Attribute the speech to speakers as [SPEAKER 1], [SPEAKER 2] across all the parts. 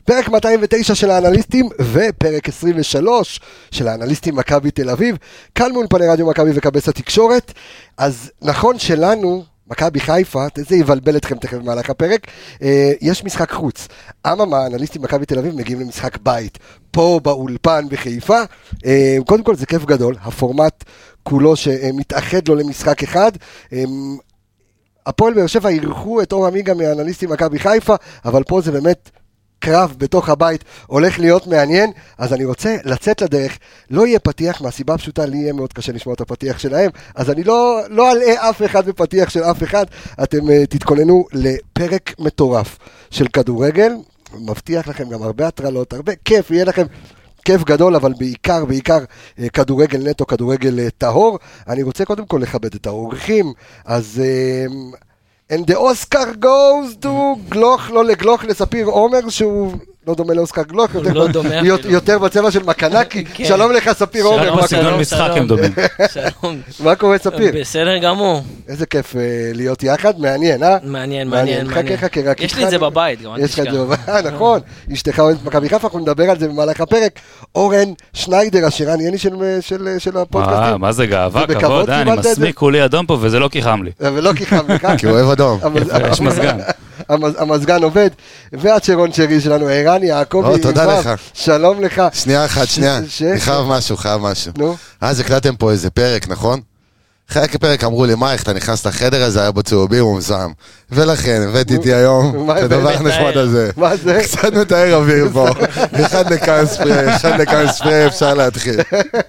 [SPEAKER 1] פרק 209 של האנליסטים, ופרק 23 של האנליסטים מכבי תל אביב, כאן מאולפני רדיו מכבי וכבש התקשורת. אז נכון שלנו, מכבי חיפה, זה יבלבל אתכם תכף במהלך הפרק, יש משחק חוץ. אממה, האנליסטים מכבי תל אביב מגיעים למשחק בית, פה באולפן בחיפה. קודם כל זה כיף גדול, הפורמט כולו שמתאחד לו למשחק אחד. הפועל באר שבע ירחו את אור עמיגה מהאנליסטים מכבי חיפה, אבל פה זה באמת קרב בתוך הבית, הולך להיות מעניין. אז אני לצאת לדרך, לא יהיה פתיח, מהסיבה הפשוטה, לי יהיה מאוד קשה לשמוע את הפתיח שלהם, אז אני לא אלאה אף אחד בפתיח של אף אחד. אתם תתכוננו לפרק מטורף של כדורגל, מבטיח לכם גם הרבה הטרלות, הרבה כיף, יהיה לכם כיף גדול, אבל בעיקר כדורגל נטו, כדורגל טהור. אני רוצה קודם כל לכבד את האורחים, אז and the Oscar goes to גלוך, לא לגלוך, לספיר עומר, שהוא לא דומה לאוסקר גלוך, יותר בצבע של מקנקי. שלום לך ספיר עומר.
[SPEAKER 2] רק בסגנון משחק הם דומים.
[SPEAKER 1] שלום. מה קורה ספיר?
[SPEAKER 3] בסדר גמור.
[SPEAKER 1] איזה כיף להיות יחד, מעניין, אה?
[SPEAKER 3] מעניין.
[SPEAKER 1] חכה,
[SPEAKER 3] יש לי את זה בבית, גם
[SPEAKER 1] יש לך את זה בבית, נכון. אשתך אוהבת מכבי חיפה, אנחנו נדבר על זה במהלך הפרק. אורן שניידר, השרענייני של הפודקאסטים.
[SPEAKER 2] מה זה גאווה, כבוד, אני מסמיק כולי אדום פה, וזה לא כי חם לי.
[SPEAKER 1] ולא כי חם לך.
[SPEAKER 4] כי הוא אוהב אדום.
[SPEAKER 2] יש מזגן.
[SPEAKER 1] המזגן עובד, והצ'רון שרי שלנו, ערן יעקובי,
[SPEAKER 4] תודה לך.
[SPEAKER 1] שלום לך.
[SPEAKER 4] שנייה, אני חייב משהו. נו? אז הקלטתם פה איזה פרק, נכון? אחרי הפרק אמרו לי, מה, איך אתה נכנס לחדר הזה, היה בו צהובים ומזעם. ולכן, הבאתי איתי היום את הדבר הנחמד הזה.
[SPEAKER 1] מה זה?
[SPEAKER 4] קצת מתאר אוויר פה. אחד לכאן ספרי, אפשר להתחיל.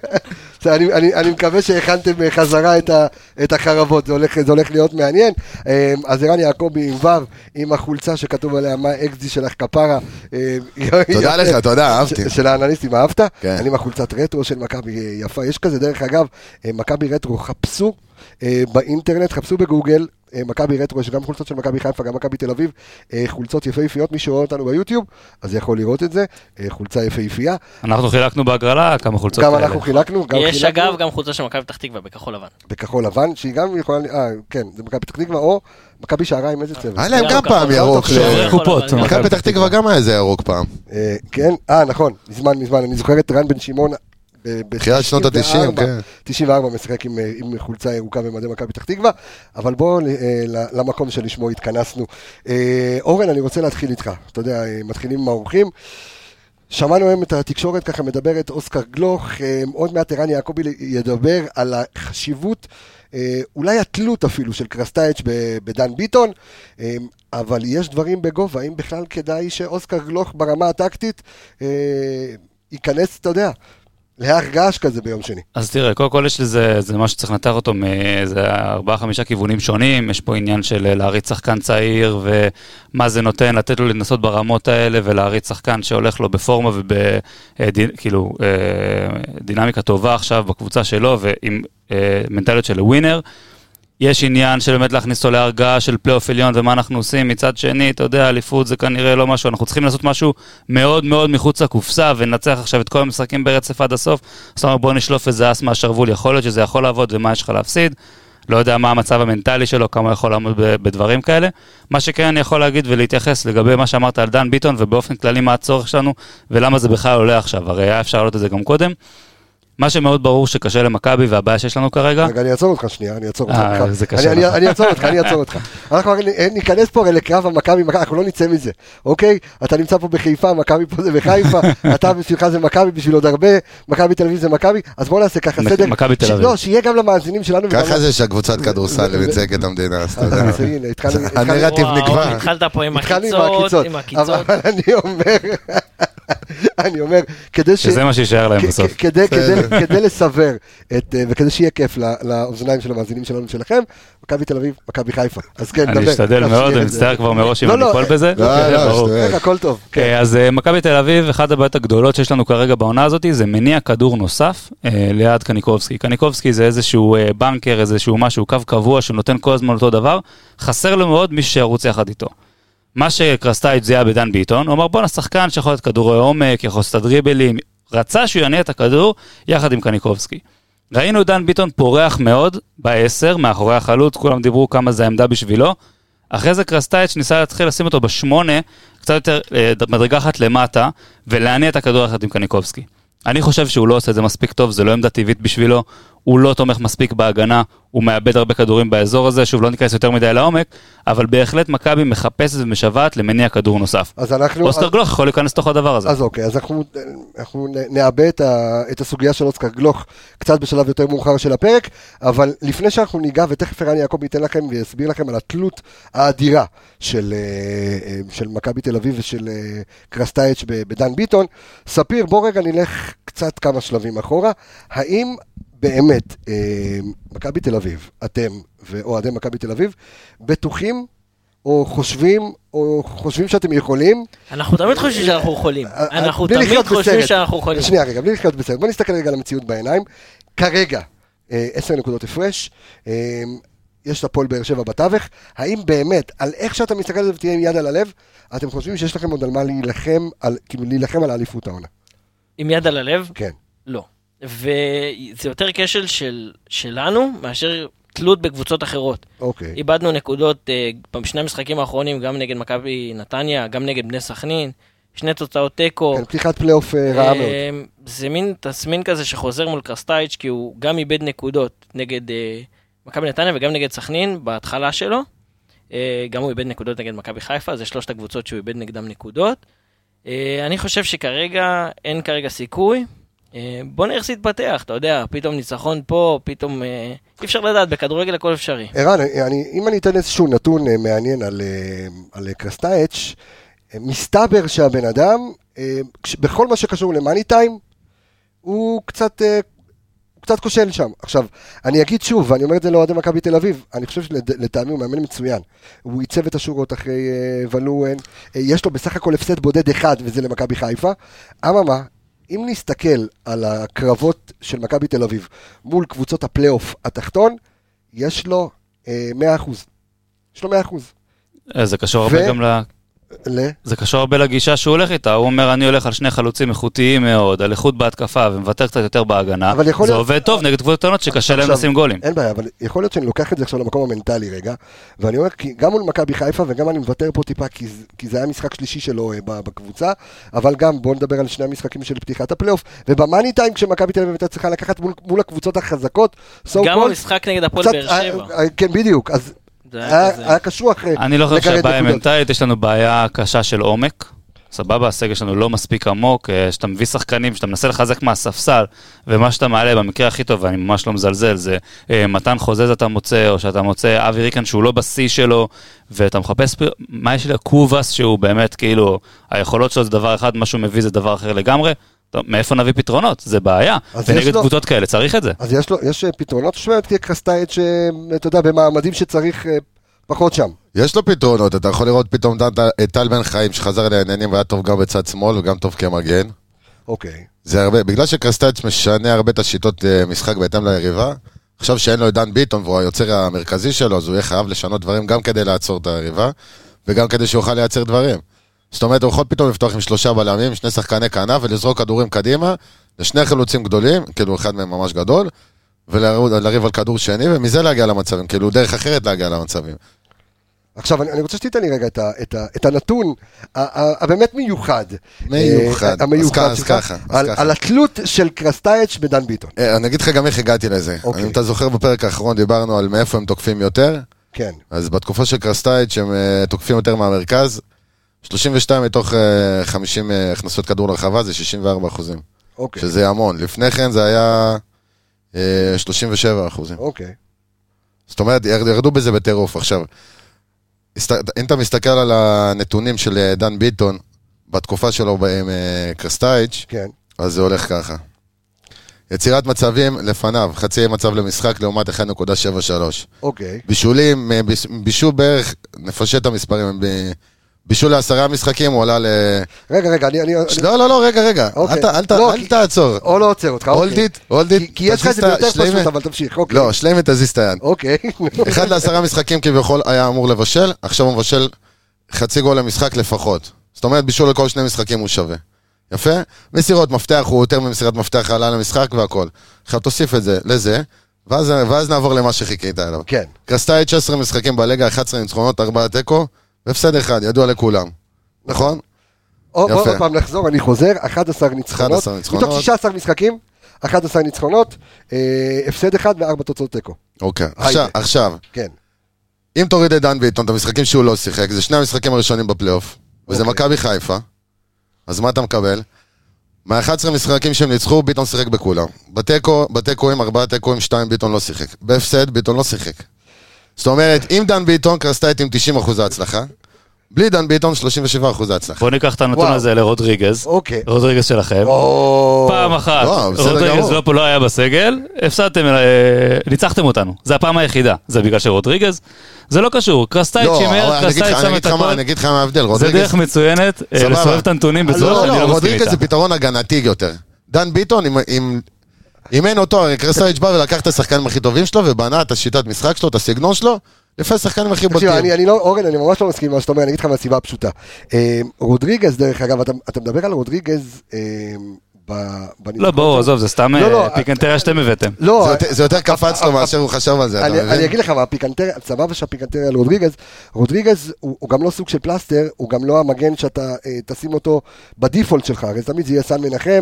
[SPEAKER 1] אני מקווה שהכנתם חזרה את החרבות, זה הולך להיות מעניין. אז ערן יעקובי עם וו, עם החולצה שכתוב עליה מה אקסדי שלך כפרה.
[SPEAKER 4] תודה לך, תודה, אהבתי.
[SPEAKER 1] של האנליסטים, אהבת?
[SPEAKER 4] כן.
[SPEAKER 1] אני עם החולצת רטרו של מכבי יפה. יש כזה דרך אגב, מכבי רטרו, חפשו באינטרנט, חפשו בגוגל, מכבי רטרו, יש גם חולצות של מכבי חיפה, גם מכבי תל אביב, חולצות יפהפיות, מי שרואה אותנו ביוטיוב, אז יכול לראות את זה, חולצה יפהפייה.
[SPEAKER 2] אנחנו חילקנו בהגרלה כמה חולצות
[SPEAKER 1] כאלה. גם אנחנו חילקנו.
[SPEAKER 3] יש אגב גם חולצה של מכבי פתח תקווה, בכחול לבן.
[SPEAKER 1] בכחול לבן, שהיא גם יכולה, כן, זה מכבי פתח תקווה, או מכבי שעריים, איזה צבע?
[SPEAKER 4] היה להם גם פעם ירוק. מכבי פתח תקווה גם היה איזה ירוק פעם.
[SPEAKER 1] כן, נכון, מזמן, אני זוכר את רן בן שמעון,
[SPEAKER 4] בתחילת שנות ה-90, כן.
[SPEAKER 1] 94 משחק עם חולצה ירוקה במדי מכבי פתח תקווה, אבל בואו למקום שלשמו התכנסנו. אורן, אני רוצה להתחיל איתך, אתה יודע, מתחילים עם האורחים, שמענו היום את התקשורת ככה מדברת, אוסקר גלוך, עוד מעט ערן יעקובי ידבר על החשיבות, אולי התלות אפילו של קרסטייץ' בדן ביטון, אבל יש דברים בגובה, האם בכלל כדאי שאוסקר גלוך ברמה הטקטית ייכנס, אתה יודע, להרגש כזה ביום שני.
[SPEAKER 2] אז תראה, קודם כל יש לזה, זה מה שצריך לנתח אותו, זה 4-5 כיוונים שונים, יש פה עניין של להריץ שחקן צעיר, ומה זה נותן, לתת לו לנסות ברמות האלה, ולהריץ שחקן שהולך לו בפורמה, וכאילו, דינמיקה טובה עכשיו בקבוצה שלו, ועם מנטליות של ווינר, יש עניין של באמת להכניס אותו להרגעה של פלייאוף עליון, ומה אנחנו עושים מצד שני, אתה יודע, אליפות זה כנראה לא משהו, אנחנו צריכים לעשות משהו מאוד מאוד מחוץ לקופסה, וננצח עכשיו את כל המשחקים ברצף עד הסוף, זאת אומרת בוא נשלוף איזה אס מהשרוול, יכול להיות שזה יכול לעבוד, ומה יש לך להפסיד, לא יודע מה המצב המנטלי שלו, כמה יכול לעמוד בדברים כאלה, מה שכן אני יכול להגיד ולהתייחס לגבי מה שאמרת על דן ביטון, ובאופן כללי מה הצורך שלנו, ולמה זה בכלל עולה עכשיו, הרי היה אפשר לעלות את זה גם קודם, מה שמאוד ברור שקשה למכבי והבעיה שיש לנו כרגע.
[SPEAKER 1] רגע, אני אעצור אותך שנייה, אני אעצור אותך. אנחנו ניכנס פה לקרב המכבי, אנחנו לא נצא מזה, אוקיי? אתה נמצא פה בחיפה, מכבי פה זה בחיפה, אתה בשבילך זה מכבי, בשביל עוד הרבה, מכבי תל אביב זה מכבי, אז בואו נעשה ככה סדר.
[SPEAKER 2] מכבי תל אביב.
[SPEAKER 1] לא, שיהיה גם למאזינים שלנו.
[SPEAKER 4] ככה זה שהקבוצת כדורסל למצק את המדינה, אז אתה יודע. הנרטיב נקבע.
[SPEAKER 3] התחלת פה עם הקיצות.
[SPEAKER 1] אבל אני אומר,
[SPEAKER 2] שזה מה שישאר להם בסוף.
[SPEAKER 1] כדי לסבר, וכדי שיהיה כיף לאוזניים של המאזינים שלנו ושלכם, מכבי תל אביב, מכבי חיפה. אז כן,
[SPEAKER 2] אני אשתדל מאוד, אני מצטער כבר מראש אם אני אפול בזה.
[SPEAKER 1] לא, הכל טוב.
[SPEAKER 2] אז מכבי תל אביב, אחת הבעיות הגדולות שיש לנו כרגע בעונה הזאת, זה מניע כדור נוסף ליד קניקובסקי. קניקובסקי זה איזשהו בנקר, איזשהו משהו, קו קבוע שנותן כל הזמן אותו דבר. חסר לו מאוד מי שירוץ יחד איתו. מה שקרסטייץ' זיהה בדן ביטון, הוא אמר בוא נשחקן שיכול להיות כדורי עומק, יכול להיות דריבלים, רצה שהוא יניע את הכדור יחד עם קניקובסקי. ראינו דן ביטון פורח מאוד ב-10, מאחורי החלוץ, כולם דיברו כמה זה העמדה בשבילו, אחרי זה קרסטייץ' ניסה להתחיל לשים אותו ב-8, קצת יותר מדרגה אחת למטה, ולהניע את הכדור יחד עם קניקובסקי. אני חושב שהוא לא עושה את זה מספיק טוב, זה לא עמדה טבעית בשבילו, הוא לא תומך מספיק בהגנה, הוא מאבד הרבה כדורים באזור הזה, שוב לא ניכנס יותר מדי לעומק, אבל בהחלט מכבי מחפשת ומשוועת למניע כדור נוסף. אוסקר גלוך יכול להיכנס תוך הדבר הזה.
[SPEAKER 1] אז אוקיי, אז אנחנו נאבד את הסוגיה של אוסקר גלוך קצת בשלב יותר מאוחר של הפרק, אבל לפני שאנחנו ניגע, ותכף ערן יעקב ייתן לכם ויסביר לכם על התלות האדירה של מכבי תל אביב ושל קרסטייץ' בדן ביטון, ספיר, בוא רגע נלך קצת כמה שלבים אחורה, האם באמת, מכבי תל אביב, אתם ואוהדי מכבי תל אביב, בטוחים או חושבים שאתם יכולים?
[SPEAKER 3] אנחנו תמיד חושבים שאנחנו יכולים. אנחנו תמיד חושבים שאנחנו יכולים.
[SPEAKER 1] שנייה רגע, בלי לחיות בסרט. בוא נסתכל רגע על המציאות בעיניים. כרגע, 10 נקודות הפרש, יש לפועל באר שבע בתווך. האם באמת, על איך שאתה מסתכל על זה ותהיה עם יד על הלב, אתם חושבים שיש לכם עוד על מה להילחם על האליפות העונה?
[SPEAKER 3] עם יד על הלב?
[SPEAKER 1] כן.
[SPEAKER 3] לא. וזה יותר כשל שלנו מאשר תלות בקבוצות אחרות.
[SPEAKER 1] אוקיי.
[SPEAKER 3] איבדנו נקודות בשני המשחקים האחרונים, גם נגד מכבי נתניה, גם נגד בני סכנין, שני תוצאות טקו.
[SPEAKER 1] כן, פתיחת פלייאוף רעה מאוד.
[SPEAKER 3] זה מין תסמין כזה שחוזר מול קרסטייץ', כי הוא גם איבד נקודות נגד מכבי נתניה וגם נגד סכנין בהתחלה שלו. גם הוא איבד נקודות נגד מכבי חיפה, זה שלושת הקבוצות שהוא איבד נגדם נקודות. אני חושב שכרגע אין כרגע סיכוי. בוא נראה להתפתח, אתה יודע, פתאום ניצחון פה, פתאום אי אפשר לדעת, בכדורגל הכל אפשרי.
[SPEAKER 1] ערן, אם אני אתן איזשהו נתון מעניין על קרסטייץ', מסתבר שהבן אדם, בכל מה שקשור למאני טיים, הוא קצת כושל שם. עכשיו, אני אגיד שוב, ואני אומר את זה לאוהדי מכבי תל אביב, אני חושב שלטעמי הוא מאמן מצוין. הוא ייצב את השורות אחרי ולואן, יש לו בסך הכל הפסד בודד אחד, וזה למכבי חיפה. אממה, אם נסתכל על הקרבות של מכבי תל אביב מול קבוצות הפלייאוף התחתון, יש לו 100%. יש לו 100%.
[SPEAKER 2] זה קשור הרבה גם זה קשור הרבה לגישה שהוא הולך איתה, הוא אומר אני הולך על שני חלוצים איכותיים מאוד, על איכות בהתקפה ומוותר קצת יותר בהגנה, זה עובד טוב נגד קבוצות קטנות שקשה להם לשים גולים.
[SPEAKER 1] אין בעיה, אבל יכול להיות שאני לוקח את זה עכשיו למקום המנטלי רגע, ואני אומר גם מול מכבי חיפה וגם אני מוותר פה טיפה, כי זה היה משחק שלישי שלו בקבוצה, אבל גם בואו נדבר על שני המשחקים של פתיחת הפלייאוף, ובמאני טיים כשמכבי תל אביב הייתה צריכה לקחת מול הקבוצות החזקות,
[SPEAKER 3] גם המשחק נגד הפועל באר שבע.
[SPEAKER 1] כן, בדיוק, אז היה קשוח.
[SPEAKER 2] אני לא חושב שהבעיה מנטלית, יש לנו בעיה קשה של עומק, סבבה, הסגל שלנו לא מספיק עמוק, שאתה מביא שחקנים, שאתה מנסה לחזק מהספסל, ומה שאתה מעלה במקרה הכי טוב, ואני ממש לא מזלזל, זה מתן חוזז אתה מוצא, או שאתה מוצא אבי ריקן שהוא לא בשיא שלו, ואתה מחפש מה יש לקובס שהוא באמת כאילו, היכולות שלו זה דבר אחד, מה שהוא מביא זה דבר אחר לגמרי, מאיפה נביא פתרונות? זה בעיה. ונגד קבוצות כאלה, צריך את זה.
[SPEAKER 1] אז יש פתרונות שבאמת כקרסטייץ' שאתה יודע, במעמדים שצריך פחות שם.
[SPEAKER 4] יש לו פתרונות, אתה יכול לראות פתאום את טל בן חיים שחזר לעניינים והיה טוב גם בצד שמאל וגם טוב כמגן.
[SPEAKER 1] אוקיי.
[SPEAKER 4] זה הרבה, בגלל שקרסטייץ' משנה הרבה את השיטות משחק בהתאם ליריבה, עכשיו שאין לו את דן ביטון והוא היוצר המרכזי שלו, אז הוא יהיה חייב לשנות דברים גם כדי לעצור את היריבה וגם כדי שיוכל לייצר דברים. זאת אומרת, הוא יכול פתאום לפתוח עם 3 בלמים, 2 שחקני כנף, ולזרוק כדורים קדימה, לשני חלוצים גדולים, כאילו אחד מהם ממש גדול, ולריב על כדור שני, ומזה להגיע למצבים, כאילו דרך אחרת להגיע למצבים.
[SPEAKER 1] עכשיו, אני רוצה שתיתן לי רגע את הנתון הבאמת מיוחד.
[SPEAKER 4] המיוחד. אז ככה.
[SPEAKER 1] על התלות של קרסטייץ' בדן ביטון.
[SPEAKER 4] אני אגיד לך גם איך הגעתי לזה. אם אתה זוכר בפרק האחרון דיברנו על מאיפה הם תוקפים יותר.
[SPEAKER 1] כן.
[SPEAKER 4] אז בתקופה של קרסטייץ' הם תוקפים יותר מהמרכז. 32 מתוך 50 הכנסות כדור לרחבה זה 64%.
[SPEAKER 1] אוקיי.
[SPEAKER 4] שזה המון. לפני כן זה היה 37%.
[SPEAKER 1] אוקיי.
[SPEAKER 4] זאת אומרת, ירדו בזה בטירוף. עכשיו, אם אתה מסתכל על הנתונים של דן ביטון, בתקופה שלו עם קרסטייץ',
[SPEAKER 1] כן. אז
[SPEAKER 4] זה הולך ככה. יצירת מצבים לפניו, חצי מצב למשחק לעומת 1.73.
[SPEAKER 1] אוקיי.
[SPEAKER 4] בישולים, בישול בערך, נפשט את המספרים, בישול ל10 משחקים הוא עולה ל...
[SPEAKER 1] רגע, אני...
[SPEAKER 4] לא, רגע. אל תעצור.
[SPEAKER 1] או לא עוצר אותך.
[SPEAKER 4] הולדית.
[SPEAKER 1] כי יש לך את זה יותר פשוט, אבל תמשיך.
[SPEAKER 4] לא, שלמת תזיז את היד.
[SPEAKER 1] אוקיי.
[SPEAKER 4] 1 ל10 משחקים כביכול היה אמור לבשל, עכשיו הוא מבשל חצי גול למשחק לפחות. זאת אומרת, בישול לכל 2 משחקים הוא שווה. יפה? מסירות מפתח הוא יותר ממסירת מפתח עלה למשחק והכל. עכשיו תוסיף את זה לזה, ואז נעבור למה שחיכית עליו.
[SPEAKER 1] כן.
[SPEAKER 4] קרסטייץ' 16 משחקים בליגה, 11 ניצחונות, 4 תיקו, והפסד אחד, ידוע לכולם. נכון?
[SPEAKER 1] עוד פעם נחזור, אני חוזר, 11 ניצחונות, מתוך 16 משחקים, 11 ניצחונות, הפסד אחד ו4 תוצאות תיקו.
[SPEAKER 4] אוקיי, עכשיו,
[SPEAKER 1] כן.
[SPEAKER 4] אם תוריד את דן ביטון, את המשחקים שהוא לא שיחק, זה שני המשחקים הראשונים בפלייאוף, וזה מכבי חיפה, אז מה אתה מקבל? מה-11 משחקים שהם ניצחו, ביטון שיחק בכולם. בתיקוים, 4 תיקוים, 2 ביטון לא שיחק. בהפסד, ביטון לא שיחק. זאת אומרת, אם דן ביטון קרסטייט עם 90% הצלחה, בלי דן ביטון 37% הצלחה.
[SPEAKER 2] בואו ניקח את הנתון הזה לרודריגז.
[SPEAKER 1] אוקיי.
[SPEAKER 2] רודריגז שלכם. פעם אחת, רודריגז לא היה בסגל, הפסדתם, ניצחתם אותנו. זה הפעם היחידה. זה בגלל שרודריגז, זה לא קשור. קרסטייט שימר, קרסטייט שם את הכל.
[SPEAKER 4] אני אגיד לך מה ההבדל.
[SPEAKER 2] זה דרך מצוינת, לסובב את הנתונים בצורה שאני לא מסכים איתה.
[SPEAKER 4] רודריגז זה פתרון הגנתי יותר. דן ביטון, אם אין אותו, קרסטייט בא ולקח את השחקנים הכי טובים שלו, ובנה את השיטת משחק שלו, את הסגנון שלו, לפי השחקנים הכי בוטים.
[SPEAKER 1] אורן, אני ממש לא מסכים מה שאתה אומר, אני אגיד לך מהסיבה הפשוטה. רודריגז, דרך אגב, אתה מדבר על רודריגז
[SPEAKER 2] לא, בואו, עזוב, זה סתם פיקנטריה שאתם הבאתם.
[SPEAKER 4] זה יותר קפץ לו מאשר הוא חשב על זה.
[SPEAKER 1] אני אגיד לך מה, סבבה שהפיקנטריה על רודריגז הוא גם לא סוג של פלסטר, הוא גם לא המגן שאתה תשים אותו בדיפולט שלך, הרי תמיד זה יהיה סן מנחם,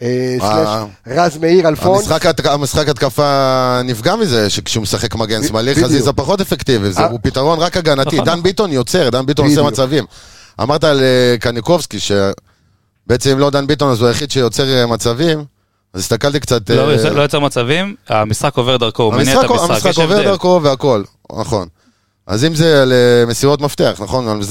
[SPEAKER 1] רז מאיר אלפונס.
[SPEAKER 4] המשחק התקפה נפגע מזה, שכשהוא משחק מגן שמאלי, חזיזה פחות אפקטיבי, הוא פתרון רק הגנתי. דן ביטון יוצר, דן ביטון עושה מצבים. אמרת על קניקובסקי בעצם אם לא דן ביטון, אז הוא היחיד שיוצר מצבים, אז הסתכלתי קצת...
[SPEAKER 2] לא יוצר מצבים, המשחק עובר דרכו, הוא מניע את המשחק,
[SPEAKER 4] המשחק עובר דרכו והכל, נכון. אז אם זה למסירות מפתח, נכון?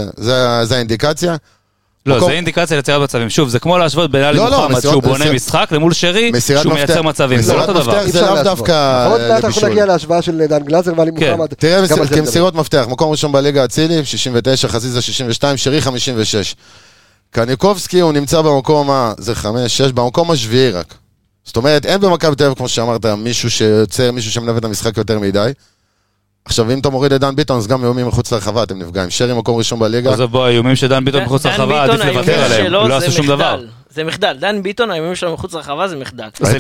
[SPEAKER 4] זה האינדיקציה.
[SPEAKER 2] לא, זה אינדיקציה ליצירת מצבים. שוב, זה כמו להשוות בין אלי מוחמד, שהוא בונה משחק, למול שרי, שהוא מייצר מצבים. זה לא אותו דבר.
[SPEAKER 4] זה לאו דווקא...
[SPEAKER 1] עוד מעט אנחנו נגיע להשוואה של דן גלאזר ואלי מוחמד.
[SPEAKER 4] תראה, כמסירות מפתח, מקום ראשון בליגה אצילי, 69, חזיזה 62, שרי 56. קניקובסקי הוא נמצא במקום זה 5-6, במקום השביעי רק. זאת אומרת, אין במכבי תל אביב, כמו שאמרת, מישהו שיוצר, מישהו שמנווט את המשחק יותר מדי. עכשיו, אם אתה מוריד את דן ביטון, אז גם איומים מחוץ לרחבה, אתם נפגעים. שרי מקום ראשון בליגה.
[SPEAKER 2] אז בוא, האיומים שדן ביטון מחוץ לרחבה, עדיף לוותר עליהם, הוא לא עשו שום דבר.
[SPEAKER 3] זה מחדל, דן ביטון, האיומים שלו מחוץ לרחבה, זה מחדל.
[SPEAKER 2] זה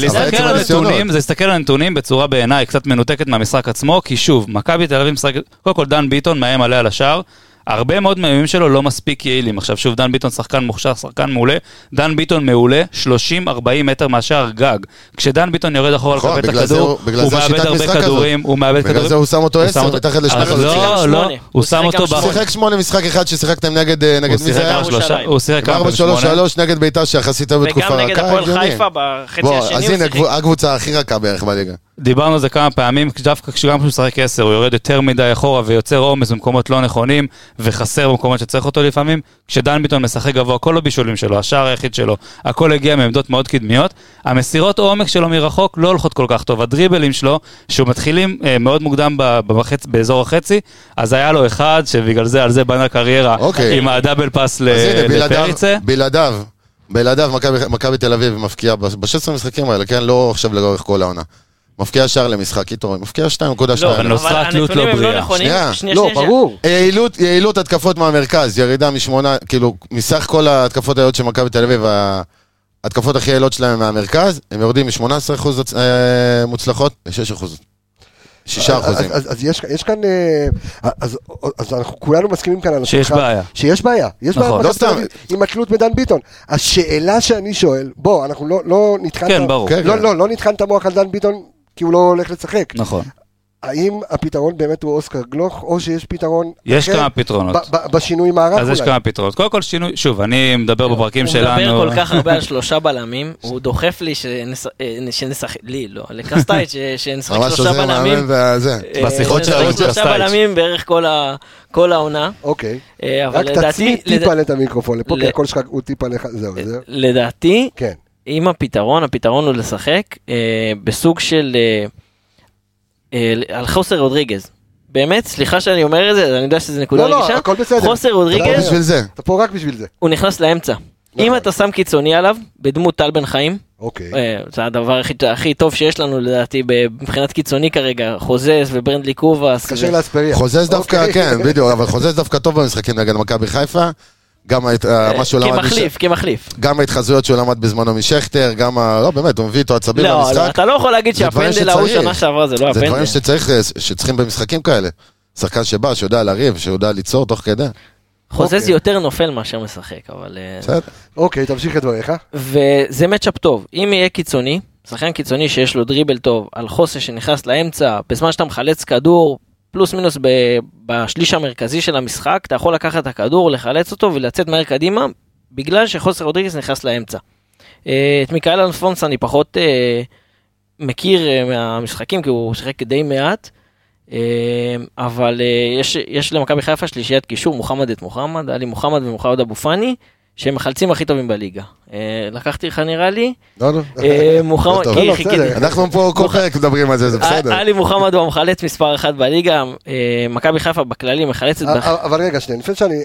[SPEAKER 2] להסתכל על הנתונים בצורה בעיניי קצת מנותקת מהמשחק עצמו, כי שוב, מכבי תל אביב משחק, קודם כל דן ביטון מאיים עליה לשער, הרבה מאוד מהימים שלו לא מספיק יעילים. עכשיו שוב, דן ביטון שחקן מוכשר, שחקן מעולה. דן ביטון מעולה, 30-40 מטר מהשאר גג. כשדן ביטון יורד אחורה לקבל את הכדור, הוא מאבד הרבה כדורים,
[SPEAKER 4] בגלל זה הוא שם אותו 10, מתחת לשני חלוצים.
[SPEAKER 2] לא, הוא שם אותו...
[SPEAKER 4] הוא שיחק 8 משחק אחד ששיחקתם נגד מי זה היה?
[SPEAKER 2] הוא שיחק
[SPEAKER 4] 4-3-3 נגד ביתר שיחסית בתקופה רכה.
[SPEAKER 3] וגם נגד הפועל חיפה בחצי השני.
[SPEAKER 4] אז הנה, הקבוצה הכי רכה בערך בליגה.
[SPEAKER 2] דיברנו על זה כמה פעמים, דווקא כשגם כשהוא משחק 10, הוא יורד יותר מדי אחורה ויוצר עומס במקומות לא נכונים, וחסר במקומות שצריך אותו לפעמים. כשדן ביטון משחק גבוה, כל הבישולים שלו, השער היחיד שלו, הכל הגיע מעמדות מאוד קדמיות. המסירות עומק שלו מרחוק לא הולכות כל כך טוב. הדריבלים שלו, שהוא מתחילים מאוד מוקדם באזור החצי, אז היה לו אחד שבגלל זה, על זה בנה קריירה, עם הדאבל פאס לפריצה.
[SPEAKER 4] בלעדיו, מכבי תל אביב מפקיעה ב-16 משחקים האלה, כן? לא עכשיו לאורך כל העונה. מפקיע שער למשחק איתו, מפקיע 2.2.
[SPEAKER 2] לא, אבל נוסרה תלות לא בריאה.
[SPEAKER 1] לא, ברור.
[SPEAKER 4] יעילות התקפות מהמרכז, ירידה מ8, כאילו, מסך כל ההתקפות היעילות של מכבי תל אביב, ההתקפות הכי יעילות שלהם מהמרכז, הם יורדים מ18% מוצלחות ל6%. 6%.
[SPEAKER 1] אז יש כאן, אז אנחנו כולנו מסכימים כאן על
[SPEAKER 2] שיש בעיה.
[SPEAKER 1] שיש בעיה. יש בעיה עם התלות בדן ביטון. השאלה שאני שואל, בוא, אנחנו לא נתחן
[SPEAKER 2] כן, ברור.
[SPEAKER 1] לא נתחן את המוח על דן ביטון, כי הוא לא הולך לשחק.
[SPEAKER 2] נכון.
[SPEAKER 1] האם הפתרון באמת הוא אוסקר גלוך, או שיש פתרון
[SPEAKER 2] יש כמה פתרונות.
[SPEAKER 1] בשינוי מערך אולי?
[SPEAKER 2] אז יש כמה פתרונות. קודם כל שינוי, שוב, אני מדבר בפרקים שלנו.
[SPEAKER 3] הוא מדבר כל כך הרבה על 3 בלמים, הוא דוחף לי שנשחק, לי לא, לקרסטייט, שנשחק 3 בלמים.
[SPEAKER 2] בשיחות שלנו
[SPEAKER 3] 3 בלמים בערך כל העונה.
[SPEAKER 1] אוקיי. רק תצמיא טיפה את המיקרופון, לפה, כי הכל שלך הוא טיפה לך, זהו.
[SPEAKER 3] לדעתי, אם הפתרון הוא לשחק בסוג של... על חוסר רודריגז. באמת, סליחה שאני אומר את זה, אני יודע שזה נקודה רגישה.
[SPEAKER 1] לא, הכל בסדר.
[SPEAKER 3] חוסר רודריגז,
[SPEAKER 1] אתה פה רק בשביל זה.
[SPEAKER 3] הוא נכנס לאמצע. אם אתה שם קיצוני עליו, בדמות טל בן חיים, זה הדבר הכי טוב שיש לנו לדעתי, מבחינת קיצוני כרגע, חוזז וברנדלי קובאס.
[SPEAKER 1] קשה להספריה.
[SPEAKER 4] חוזז דווקא, כן, בדיוק, אבל חוזז דווקא טוב במשחקים נגד מכבי חיפה. גם מה שהוא למד
[SPEAKER 3] כמחליף.
[SPEAKER 4] גם ההתחזויות שהוא למד בזמנו משכטר, גם לא באמת, הוא מביא איתו עצבים במשחק.
[SPEAKER 3] לא, אתה לא יכול להגיד שהפנדל ההוא שנה שעברה זה לא הפנדל.
[SPEAKER 4] זה דברים שצריכים במשחקים כאלה. שחקן שבא, שיודע לריב, שיודע ליצור תוך כדי.
[SPEAKER 3] חוזז יותר נופל מאשר משחק, אבל...
[SPEAKER 1] אוקיי, תמשיך את דבריך.
[SPEAKER 3] וזה מצ'אפ טוב. אם יהיה קיצוני, שחקן קיצוני שיש לו דריבל טוב, על חוסה שנכנס לאמצע, בזמן שאתה מחלץ כדור, פלוס מינוס בשליש המרכזי של המשחק, אתה יכול לקחת את הכדור, לחלץ אותו ולצאת מהר קדימה, בגלל שחוסה רודריגז נכנס לאמצע. את מיקאל אלפונס אני פחות מכיר מהמשחקים, כי הוא שיחק די מעט, אבל יש למכבי חיפה שלישיית קישור, מוחמד את מוחמד, עלי מוחמד ומוחמד אבו פאני, שהם מחלצים הכי טובים בליגה. לקחתי לך נראה לי.
[SPEAKER 4] לא.
[SPEAKER 3] מוחמד,
[SPEAKER 4] אנחנו פה כל פרק מדברים על זה, זה בסדר.
[SPEAKER 3] עלי מוחמד הוא המחלץ מספר 1 בליגה, מכבי חיפה בכללי מחלצת...
[SPEAKER 1] אבל רגע, שנייה, לפני שאני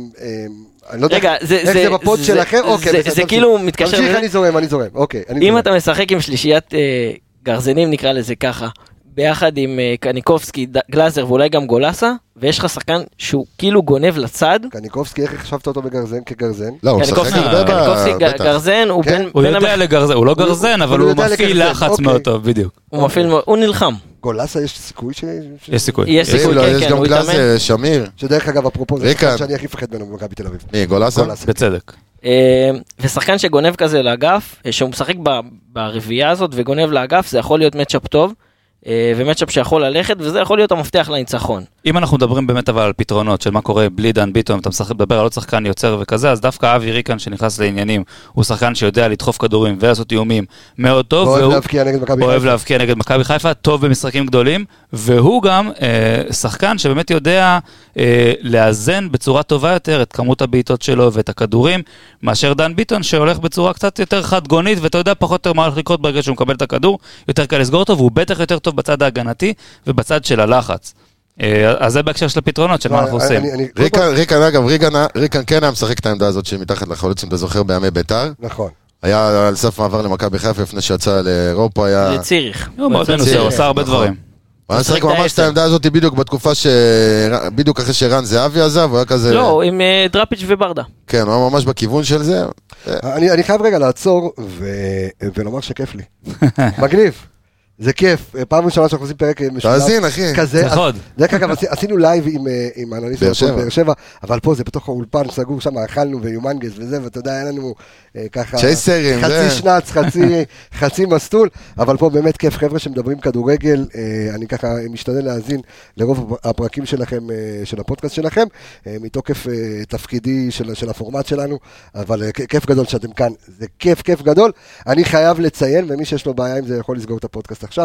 [SPEAKER 1] לא יודע איך זה בפוד שלכם,
[SPEAKER 3] זה כאילו מתקשר...
[SPEAKER 1] תמשיך, אני זורם, אוקיי.
[SPEAKER 3] אם אתה משחק עם שלישיית גרזנים, נקרא לזה ככה, ביחד עם קניקובסקי, גלאזר ואולי גם גולסה, ויש לך שחקן שהוא כאילו גונב לצד.
[SPEAKER 1] קניקובסקי, איך חשבת אותו בגרזן כגרזן?
[SPEAKER 4] לא, הוא משחק
[SPEAKER 3] קניקובסקי גרזן, הוא בין...
[SPEAKER 2] הוא יודע לגרזן, הוא לא גרזן, אבל הוא מפעיל לחץ מאוד טוב, בדיוק.
[SPEAKER 3] הוא נלחם.
[SPEAKER 1] גולסה יש סיכוי
[SPEAKER 2] יש סיכוי.
[SPEAKER 3] יש סיכוי, כן,
[SPEAKER 4] יש גם גלאזר, שמיר.
[SPEAKER 1] שדרך אגב, אפרופו, זה שחקן שאני הכי פחד ממנו במכבי תל אביב.
[SPEAKER 4] מי, גולסה?
[SPEAKER 2] בצדק.
[SPEAKER 3] ושחקן שגונב כזה לאגף, שהוא משחק ברביעייה הזאת וגונב לאגף, זה יכול להיות מצ'אפ טוב. ומצ'אפ שיכול ללכת, וזה יכול להיות המפתח לניצחון.
[SPEAKER 2] אם אנחנו מדברים באמת אבל על פתרונות של מה קורה בלי דן ביטון, אתה מדבר על עוד שחקן יוצר וכזה, אז דווקא אבי ריקן שנכנס לעניינים, הוא שחקן שיודע לדחוף כדורים ולעשות איומים מאוד טוב,
[SPEAKER 1] אוהב להבקיע נגד
[SPEAKER 2] מכבי חיפה, טוב במשחקים גדולים, והוא גם שחקן שבאמת יודע לאזן בצורה טובה יותר את כמות הבעיטות שלו ואת הכדורים, מאשר דן ביטון שהולך בצורה קצת יותר חד גונית, ואתה יודע פחות או יותר מה הולך לקרות ברגע שהוא מקבל את הכדור, יותר קל לסגור אותו, והוא בטח יותר טוב בצד ההגנתי ובצד של הלחץ. אז זה בהקשר של הפתרונות, של מה אנחנו עושים.
[SPEAKER 4] ריקן כן היה משחק את העמדה הזאת שמתחת לחלוץ, אם אתה זוכר, בימי ביתר.
[SPEAKER 1] נכון.
[SPEAKER 4] היה על סף מעבר למכבי חיפה, לפני שיצא לאירופה, היה...
[SPEAKER 3] לציריך.
[SPEAKER 2] הוא מאוד מנוסה, הוא עשה הרבה דברים.
[SPEAKER 4] הוא היה משחק ממש את העמדה הזאת בדיוק בתקופה בדיוק אחרי שרן זהבי עזב, הוא היה כזה...
[SPEAKER 3] לא, עם דראפיץ' וברדה.
[SPEAKER 4] כן, הוא היה ממש בכיוון של זה.
[SPEAKER 1] אני חייב רגע לעצור ולומר שכיף לי. מגניב. זה כיף, פעם ראשונה שאנחנו עושים פרק משולב.
[SPEAKER 4] תאזין, אחי.
[SPEAKER 1] כזה. דרך אגב, עשינו לייב עם האנליסט באר שבע, אבל פה זה בתוך האולפן סגור, שם אכלנו ויומנגס וזה, ואתה יודע, היה לנו ככה...
[SPEAKER 4] צ'ייסרים,
[SPEAKER 1] חצי שנץ, חצי מסטול, אבל פה באמת כיף, חבר'ה שמדברים כדורגל, אני ככה משתדל להאזין לרוב הפרקים שלכם, של הפודקאסט שלכם, מתוקף תפקידי של הפורמט שלנו, אבל כיף גדול שאתם כאן, זה כיף גדול. אני חייב לציין, ומי שיש לו בעיה עם זה יכול לסגור את הפודקאסט עכשיו,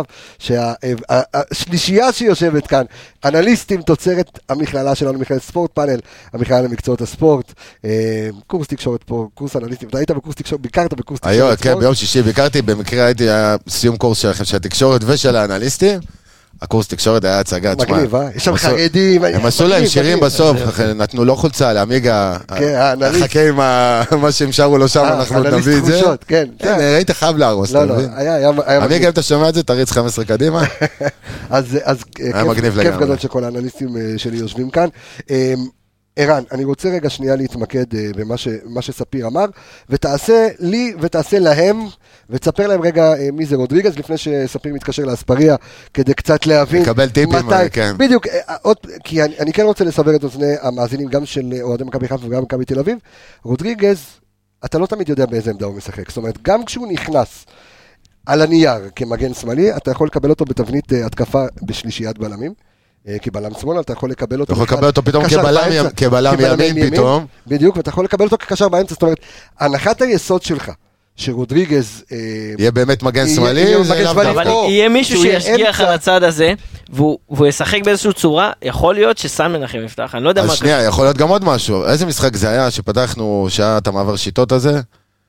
[SPEAKER 1] שהשלישייה שיושבת כאן, אנליסטים תוצרת המכללה שלנו, מכללת ספורט פאנל, המכללה למקצועות הספורט, קורס תקשורת פה, קורס אנליסטים, אתה היית בקורס תקשורת, ביקרת בקורס תקשורת ספורט?
[SPEAKER 4] כן, ביום שישי ביקרתי, במקרה הייתי סיום קורס שלכם של התקשורת ושל האנליסטים, הקורס תקשורת היה הצגה,
[SPEAKER 1] מגניב, יש שם חרדים.
[SPEAKER 4] הם עשו להם שירים בסוף, נתנו לו חולצה, לעמיגה, חכה עם מה שהם שרו לו שם, אנחנו נביא את זה. כן, ראית חייב להרוס. עמיגה, אם אתה שומע את זה, תריץ 15 קדימה.
[SPEAKER 1] אז כיף גדול שכל האנליסטים שלי יושבים כאן. ערן, אני רוצה רגע שנייה להתמקד במה שספיר אמר, ותעשה לי ותעשה להם, ותספר להם רגע מי זה רודריגז, לפני שספיר מתקשר לאספריה, כדי קצת להבין
[SPEAKER 4] לקבל טיפים, כן.
[SPEAKER 1] בדיוק, כי אני כן רוצה לסבר את אוזני המאזינים, גם של אוהדי מכבי חיפה וגם מכבי תל אביב. רודריגז, אתה לא תמיד יודע באיזה עמדה הוא משחק, זאת אומרת, גם כשהוא נכנס על הנייר כמגן שמאלי, אתה יכול לקבל אותו בתבנית התקפה בשלישיית בלמים, כבלם שמאל, אתה יכול לקבל אותו...
[SPEAKER 4] אתה יכול לקבל אותו פתאום כבלם ימין פתאום.
[SPEAKER 1] בדיוק, ואתה יכול לקבל אותו כקשר באמצע, זאת אומרת, הנחת היסוד שלך, שרודריגז...
[SPEAKER 4] יהיה באמת מגן שמאלי,
[SPEAKER 3] אבל יהיה מישהו שישגיח על הצד הזה, והוא ישחק באיזושהי צורה, יכול להיות שסן מנחם יפתח, אני לא יודע מה...
[SPEAKER 4] אז שנייה, יכול להיות גם עוד משהו. איזה משחק זה היה שפתחנו, שהיה את המעבר שיטות הזה,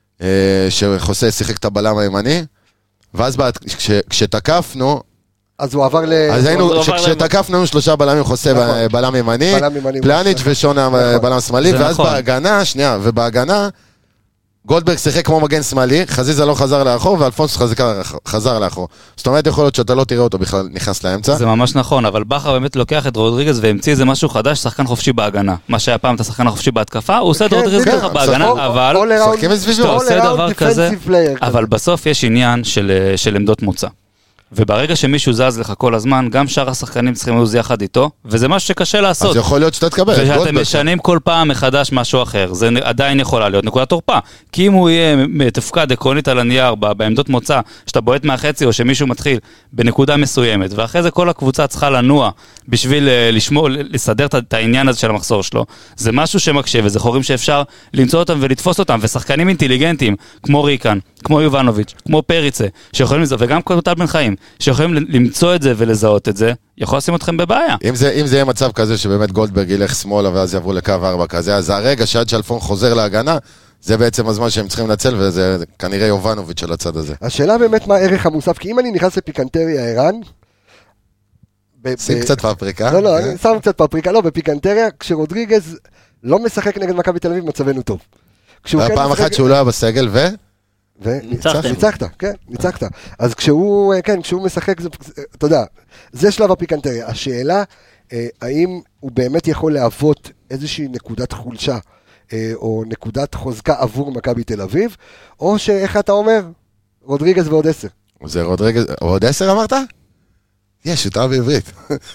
[SPEAKER 4] שחוסה שיחק את הבלם הימני, ואז כשתקפנו,
[SPEAKER 1] אז הוא עבר
[SPEAKER 4] אז היינו, כשתקפנו 3 בלמים, חוסה בלם ימני, פלניץ' ושונה בלם שמאלי, ואז בהגנה, ובהגנה, גולדברג שיחק כמו מגן שמאלי, חזיזה לא חזר לאחור, ואלפונס חזר לאחור. זאת אומרת, יכול להיות שאתה לא תראה אותו בכלל נכנס לאמצע.
[SPEAKER 2] זה ממש נכון, אבל בכר באמת לוקח את רודריגז והמציא איזה משהו חדש, שחקן חופשי בהגנה. מה שהיה פעם את השחקן החופשי בהתקפה, הוא עושה את רודריגז ככה בהגנה, אבל...
[SPEAKER 1] שחקים את סביבו.
[SPEAKER 2] עושה דבר כזה, אבל בסוף יש עניין של עמדות מוצא. וברגע שמישהו זז לך כל הזמן, גם שאר השחקנים צריכים לזוז יחד איתו, וזה משהו שקשה לעשות.
[SPEAKER 4] אז יכול להיות שאתה תקבל.
[SPEAKER 2] ושאתם משנים כל פעם מחדש משהו אחר, זה עדיין יכולה להיות נקודת תורפה. כי אם הוא יהיה תפקד עקרונית על הנייר, בעמדות מוצא, שאתה בועט מהחצי או שמישהו מתחיל בנקודה מסוימת, ואחרי זה כל הקבוצה צריכה לנוע בשביל לשמור, לסדר את העניין הזה של המחסור שלו. זה משהו שמקשה, וזה חורים שאפשר למצוא אותם ולתפוס אותם, ושחקנים אינטליגנטים, כמו ריקן, כמו יובנוביץ', כמו פריצה, שיכולים לזהות, וגם כמו טל בן חיים, שיכולים למצוא את זה ולזהות את זה, יכול לשים אתכם בבעיה.
[SPEAKER 4] אם זה יהיה מצב כזה שבאמת גולדברג ילך שמאלה ואז יעברו לקו 4 כזה, אז הרגע שעד שלפון חוזר להגנה, זה בעצם הזמן שהם צריכים לנצל, וזה כנראה יובנוביץ' של הצד הזה.
[SPEAKER 1] השאלה באמת מה הערך המוסף, כי אם אני נכנס לפיקנטריה ערן,
[SPEAKER 4] שים קצת פפריקה.
[SPEAKER 1] לא, אני שם קצת פפריקה, לא, בפיקנטריה, כשרודריגז לא משחק נגד מכבי תל אביב, מצבנו טוב.
[SPEAKER 4] היה פעם אחת שהוא לא היה בסגל
[SPEAKER 1] וניצחת, כן, ניצחת. אז כשהוא משחק, אתה יודע, זה שלב הפיקנטריה. השאלה, האם הוא באמת יכול להוות איזושהי נקודת חולשה, או נקודת חוזקה עבור מכבי תל אביב, או שאיך אתה אומר, רודריגז ועוד 10.
[SPEAKER 4] זה רודריגז, עוד 10 אמרת? יש, אתה בעברית.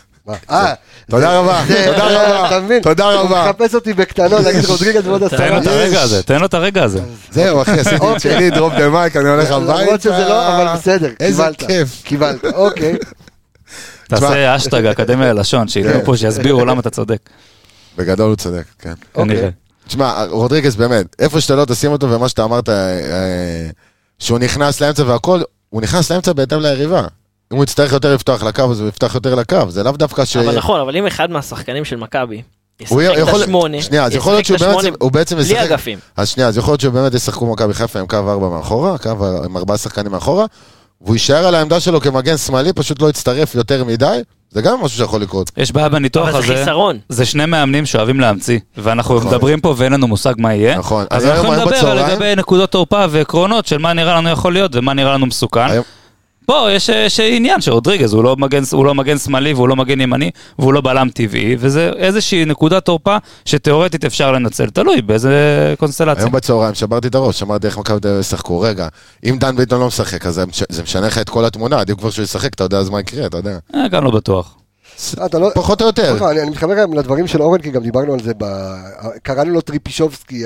[SPEAKER 4] תודה רבה, תודה רבה.
[SPEAKER 1] הוא מחפש אותי בקטנות, להגיד רודריגז ועוד 10.
[SPEAKER 2] תן לו את הרגע הזה.
[SPEAKER 4] זהו אחי, עשיתי את שלי, דרופ דה מייק, אני הולך הביתה.
[SPEAKER 1] למרות שזה לא, אבל בסדר,
[SPEAKER 4] איזה כיף.
[SPEAKER 1] קיבלת, אוקיי.
[SPEAKER 2] תעשה אשטג אקדמיה ללשון, שידעו פה שיסבירו למה אתה צודק.
[SPEAKER 4] בגדול הוא צודק, כן.
[SPEAKER 2] כנראה.
[SPEAKER 4] תשמע, רודריגז באמת, איפה שאתה לא תשים אותו, ומה שאתה אמרת, שהוא נכנס לאמצע והכל, הוא נכנס לאמצע בהתאם ליריבה. אם הוא יצטרך יותר לפתוח לקו, אז הוא יפתח יותר לקו, זה לאו דווקא ש...
[SPEAKER 3] אבל נכון, אבל אם אחד מהשחקנים של מכבי
[SPEAKER 4] ישחק את השמונה, שנייה, אז יכול להיות שהוא בעצם
[SPEAKER 3] בלי אגפים.
[SPEAKER 4] אז שנייה, אז יכול להיות שהוא באמת ישחקו מכבי חיפה עם קו 4 מאחורה, עם 4 שחקנים מאחורה, והוא יישאר על העמדה שלו כמגן שמאלי, פשוט לא יצטרף יותר מדי, זה גם משהו שיכול לקרות.
[SPEAKER 2] יש בעיה בניתוח הזה,
[SPEAKER 3] אבל זה חיסרון.
[SPEAKER 2] זה שני מאמנים שאוהבים להמציא, ואנחנו מדברים פה ואין לנו מושג מה יהיה,
[SPEAKER 4] נכון.
[SPEAKER 2] אז אנחנו נדבר לגבי נקודות תורפה ועקרונות של מה נראה לנו יכול להיות ומה נראה לנו מסוכן. פה יש עניין שרודריגז הוא לא מגן שמאלי והוא לא מגן ימני והוא לא בלם טבעי, וזה איזושהי נקודת תורפה שתיאורטית אפשר לנצל, תלוי באיזה קונסטלציה.
[SPEAKER 4] היום בצהריים שברתי את הראש, שמרתי איך מכבי ישחקו, רגע, אם דן ביטון לא משחק, אז זה משנה לך את כל התמונה, עדיף כבר שהוא ישחק, אתה יודע אז מה יקרה, אתה יודע.
[SPEAKER 2] גם לא בטוח.
[SPEAKER 4] פחות או יותר.
[SPEAKER 1] אני מתחבר גם לדברים של אורן, כי גם דיברנו על זה, קראנו לו טריפישובסקי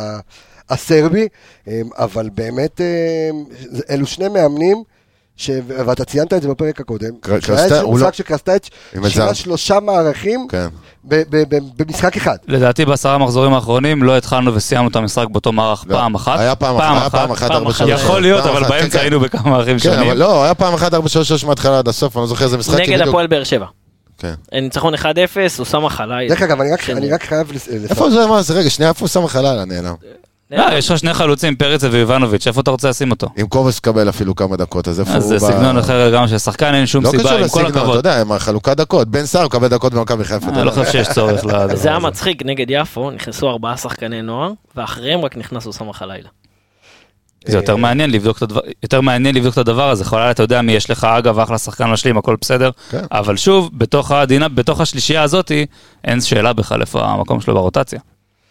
[SPEAKER 1] הסרבי, אבל באמת אלו שני מאמנים ואתה ציינת את זה בפרק הקודם, שהיה איזשהו משחק שקרסטייץ' שינה 3 מערכים במשחק אחד.
[SPEAKER 2] לדעתי ב10 מחזורים האחרונים לא התחלנו וסיימנו את המשחק באותו מערך פעם אחת.
[SPEAKER 4] היה פעם אחת 4-3.
[SPEAKER 2] יכול להיות, אבל באמצע היינו בכמה מערכים שונים.
[SPEAKER 4] כן, אבל לא, היה פעם אחת 4-3 מההתחלה עד הסוף, אני לא זוכר איזה משחק.
[SPEAKER 3] נגד הפועל באר שבע.
[SPEAKER 4] כן.
[SPEAKER 3] ניצחון 1-0, הוא שם החלה.
[SPEAKER 1] דרך אגב, אני רק חייב...
[SPEAKER 4] איפה זה, מה זה, רגע, שנייה, איפה הוא שם החלה, נעלם?
[SPEAKER 2] יש לך 2 חלוצים, פריצה ויובנוביץ', איפה אתה רוצה לשים אותו?
[SPEAKER 4] עם קובס קבל אפילו כמה דקות, אז איפה הוא...
[SPEAKER 2] אז זה סגנון אחר גם ששחקן אין שום סיבה, עם כל הכבוד.
[SPEAKER 4] אתה יודע, עם החלוקת דקות, בן סער קבל דקות במכבי חיפה.
[SPEAKER 2] אני לא חושב שיש צורך לדבר הזה.
[SPEAKER 3] זה היה מצחיק, נגד יפו, נכנסו 4 שחקני נוער, ואחריהם רק נכנסו סמך הלילה.
[SPEAKER 2] זה יותר מעניין לבדוק את הדבר הזה, חולה, אתה יודע מי יש לך, אגב, אחלה שחקן משלים, הכל בסדר, אבל שוב, בתוך השלישייה הזאת, אין שאלה בכלל איפה המקום שלו ברוטציה.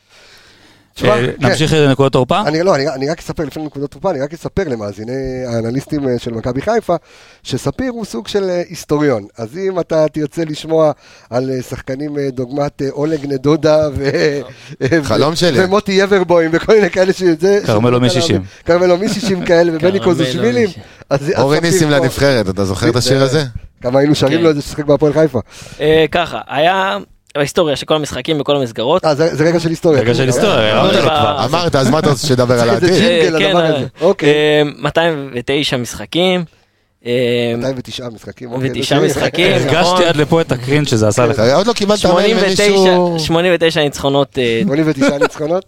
[SPEAKER 2] נמשיך לנקודות תורפה?
[SPEAKER 1] אני רק אספר לפני נקודות תורפה, אני רק אספר למאזיני האנליסטים של מכבי חיפה, שספיר הוא סוג של היסטוריון, אז אם אתה תרצה לשמוע על שחקנים דוגמת אולג נדודה
[SPEAKER 4] חלום שלי
[SPEAKER 1] ומוטי יברבוים וכל מיני כאלה שזה
[SPEAKER 2] קרמלו
[SPEAKER 1] מ-60 כאלה ובני קוזושבילים,
[SPEAKER 4] אורי ניסים לנבחרת, אתה זוכר את השיר הזה?
[SPEAKER 1] כמה היינו שרים לו את זה ששחק בהפועל חיפה.
[SPEAKER 3] ככה, היה בהיסטוריה של כל המשחקים וכל המסגרות.
[SPEAKER 1] זה רגע של היסטוריה.
[SPEAKER 2] רגע של היסטוריה.
[SPEAKER 4] אמרת, אז מה אתה רוצה שדבר על העתיד?
[SPEAKER 1] זה ג'ינגל הדבר הזה. אוקיי.
[SPEAKER 3] 209 משחקים.
[SPEAKER 1] 209 משחקים.
[SPEAKER 3] 9 משחקים.
[SPEAKER 2] הרגשתי עד לפה את הקרין שזה עשה לך.
[SPEAKER 4] עוד לא קיבלת מייל ממישהו...
[SPEAKER 3] 89 ניצחונות.
[SPEAKER 1] 89 ניצחונות?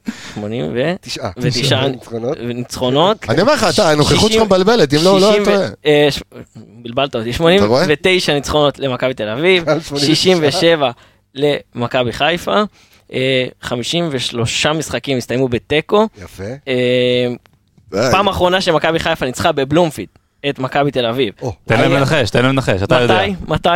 [SPEAKER 3] 89 ניצחונות.
[SPEAKER 4] אני אומר לך, הנוכחות שלך מבלבלת, אם לא טועה.
[SPEAKER 3] בלבלת אותי, 89 ניצחונות למכבי תל אביב, 67 למכבי חיפה, 53 משחקים הסתיימו בטקו.
[SPEAKER 1] יפה.
[SPEAKER 3] פעם האחרונה שמכבי חיפה ניצחה בבלומפיד את מכבי תל אביב.
[SPEAKER 2] תן להם לנחש, אתה יודע.
[SPEAKER 3] מתי?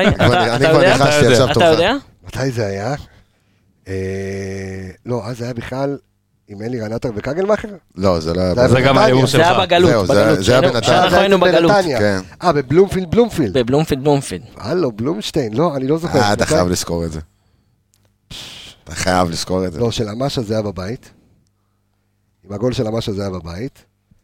[SPEAKER 1] מתי זה היה? לא, אז היה בכלל עם אלי רנטר וקגלמאכר?
[SPEAKER 4] לא, זה לא היה.
[SPEAKER 2] זה גם הימור שלך.
[SPEAKER 3] זה היה בגלות.
[SPEAKER 4] זה היה בנתניה.
[SPEAKER 3] שאנחנו היינו בגלות.
[SPEAKER 1] בבלומפילד.
[SPEAKER 3] בבלומפילד.
[SPEAKER 1] הלו, בלומשטיין, לא, אני לא זוכר.
[SPEAKER 4] אתה חייב לזכור את זה. אתה חייב לזכור את זה.
[SPEAKER 1] לא, של המשה זה היה בבית. עם הגול של המשה זה היה בבית.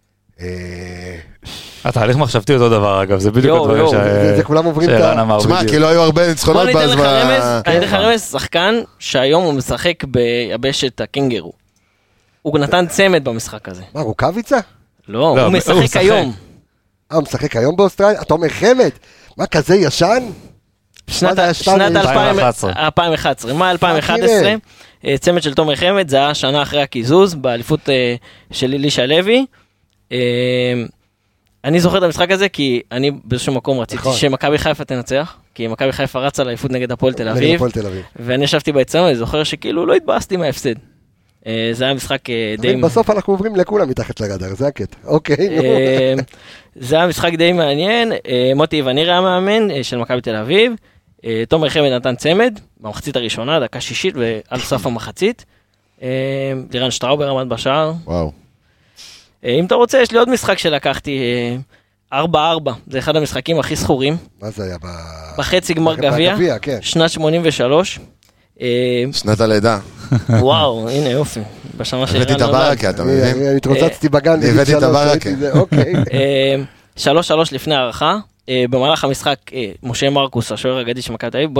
[SPEAKER 2] התהליך מחשבתי אותו דבר, אגב, זה בדיוק הדברים
[SPEAKER 1] זה כולם עוברים את
[SPEAKER 2] ה...
[SPEAKER 4] תשמע, כי לא היו הרבה ניצחונות בזמן.
[SPEAKER 3] אני אתן לך רמז, שחקן שהיום הוא משחק ביבשת הקינגרו. הוא נתן צמד במשחק הזה.
[SPEAKER 1] מה, רוקאביצה?
[SPEAKER 3] לא, הוא משחק היום.
[SPEAKER 1] הוא משחק היום באוסטרליה? אתה אומר חמד? מה, כזה ישן?
[SPEAKER 3] שנת 2011. מה 2011? צמד של תומר חמד, זה היה שנה אחרי הקיזוז, באליפות של אלישע לוי. אני זוכר את המשחק הזה, כי אני באיזשהו מקום רציתי שמכבי חיפה תנצח, כי מכבי חיפה רצה לאליפות נגד הפועל תל אביב, ואני ישבתי באצטדיון, אני זוכר שכאילו לא התבאסתי מההפסד. זה היה משחק די...
[SPEAKER 1] בסוף אנחנו עוברים לכולם מתחת לרדאר, זה הקטע. אוקיי.
[SPEAKER 3] זה היה משחק די מעניין, מוטי וניר היה מאמן של מכבי תל אביב, תומר חמד נתן צמד, במחצית הראשונה, דקה שישית, ועל סוף המחצית, לירן שטראובר עמד בשער.
[SPEAKER 4] וואו.
[SPEAKER 3] אם אתה רוצה, יש לי עוד משחק שלקחתי, 4-4, זה אחד המשחקים הכי זכורים.
[SPEAKER 1] מה זה היה?
[SPEAKER 3] בחצי גמר גביע, שנת 83.
[SPEAKER 4] שנת הלידה.
[SPEAKER 3] וואו, הנה יופי.
[SPEAKER 4] הבאתי את הברקה, אתה מבין?
[SPEAKER 1] אני התרוצצתי בגן.
[SPEAKER 4] הבאתי את הברקה.
[SPEAKER 3] 3-3 לפני הערכה. במהלך המשחק, משה מרקוס, השוער האגדי של מכבי תל אביב,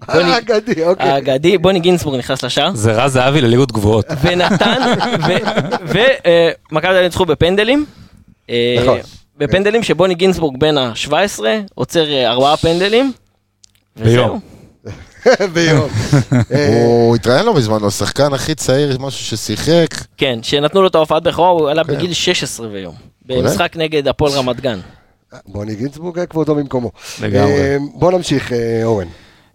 [SPEAKER 3] בוני גינסבורג נכנס לשער.
[SPEAKER 2] זה רז זהבי לליגות גבוהות.
[SPEAKER 3] ונתן, ומכבי תל אביב ניצחו בפנדלים. בפנדלים שבוני גינסבורג בין ה-17, עוצר 4 פנדלים.
[SPEAKER 2] ביום.
[SPEAKER 1] ביום.
[SPEAKER 4] הוא התראיין לו בזמן, הוא שחקן הכי צעיר, משהו ששיחק.
[SPEAKER 3] כן, שנתנו לו את ההופעת בכורה, הוא עלה בגיל 16 ביום. במשחק נגד הפועל רמת גן.
[SPEAKER 1] בוני גינסבורג כבודו במקומו.
[SPEAKER 2] לגמרי.
[SPEAKER 1] בוא נמשיך, אורן.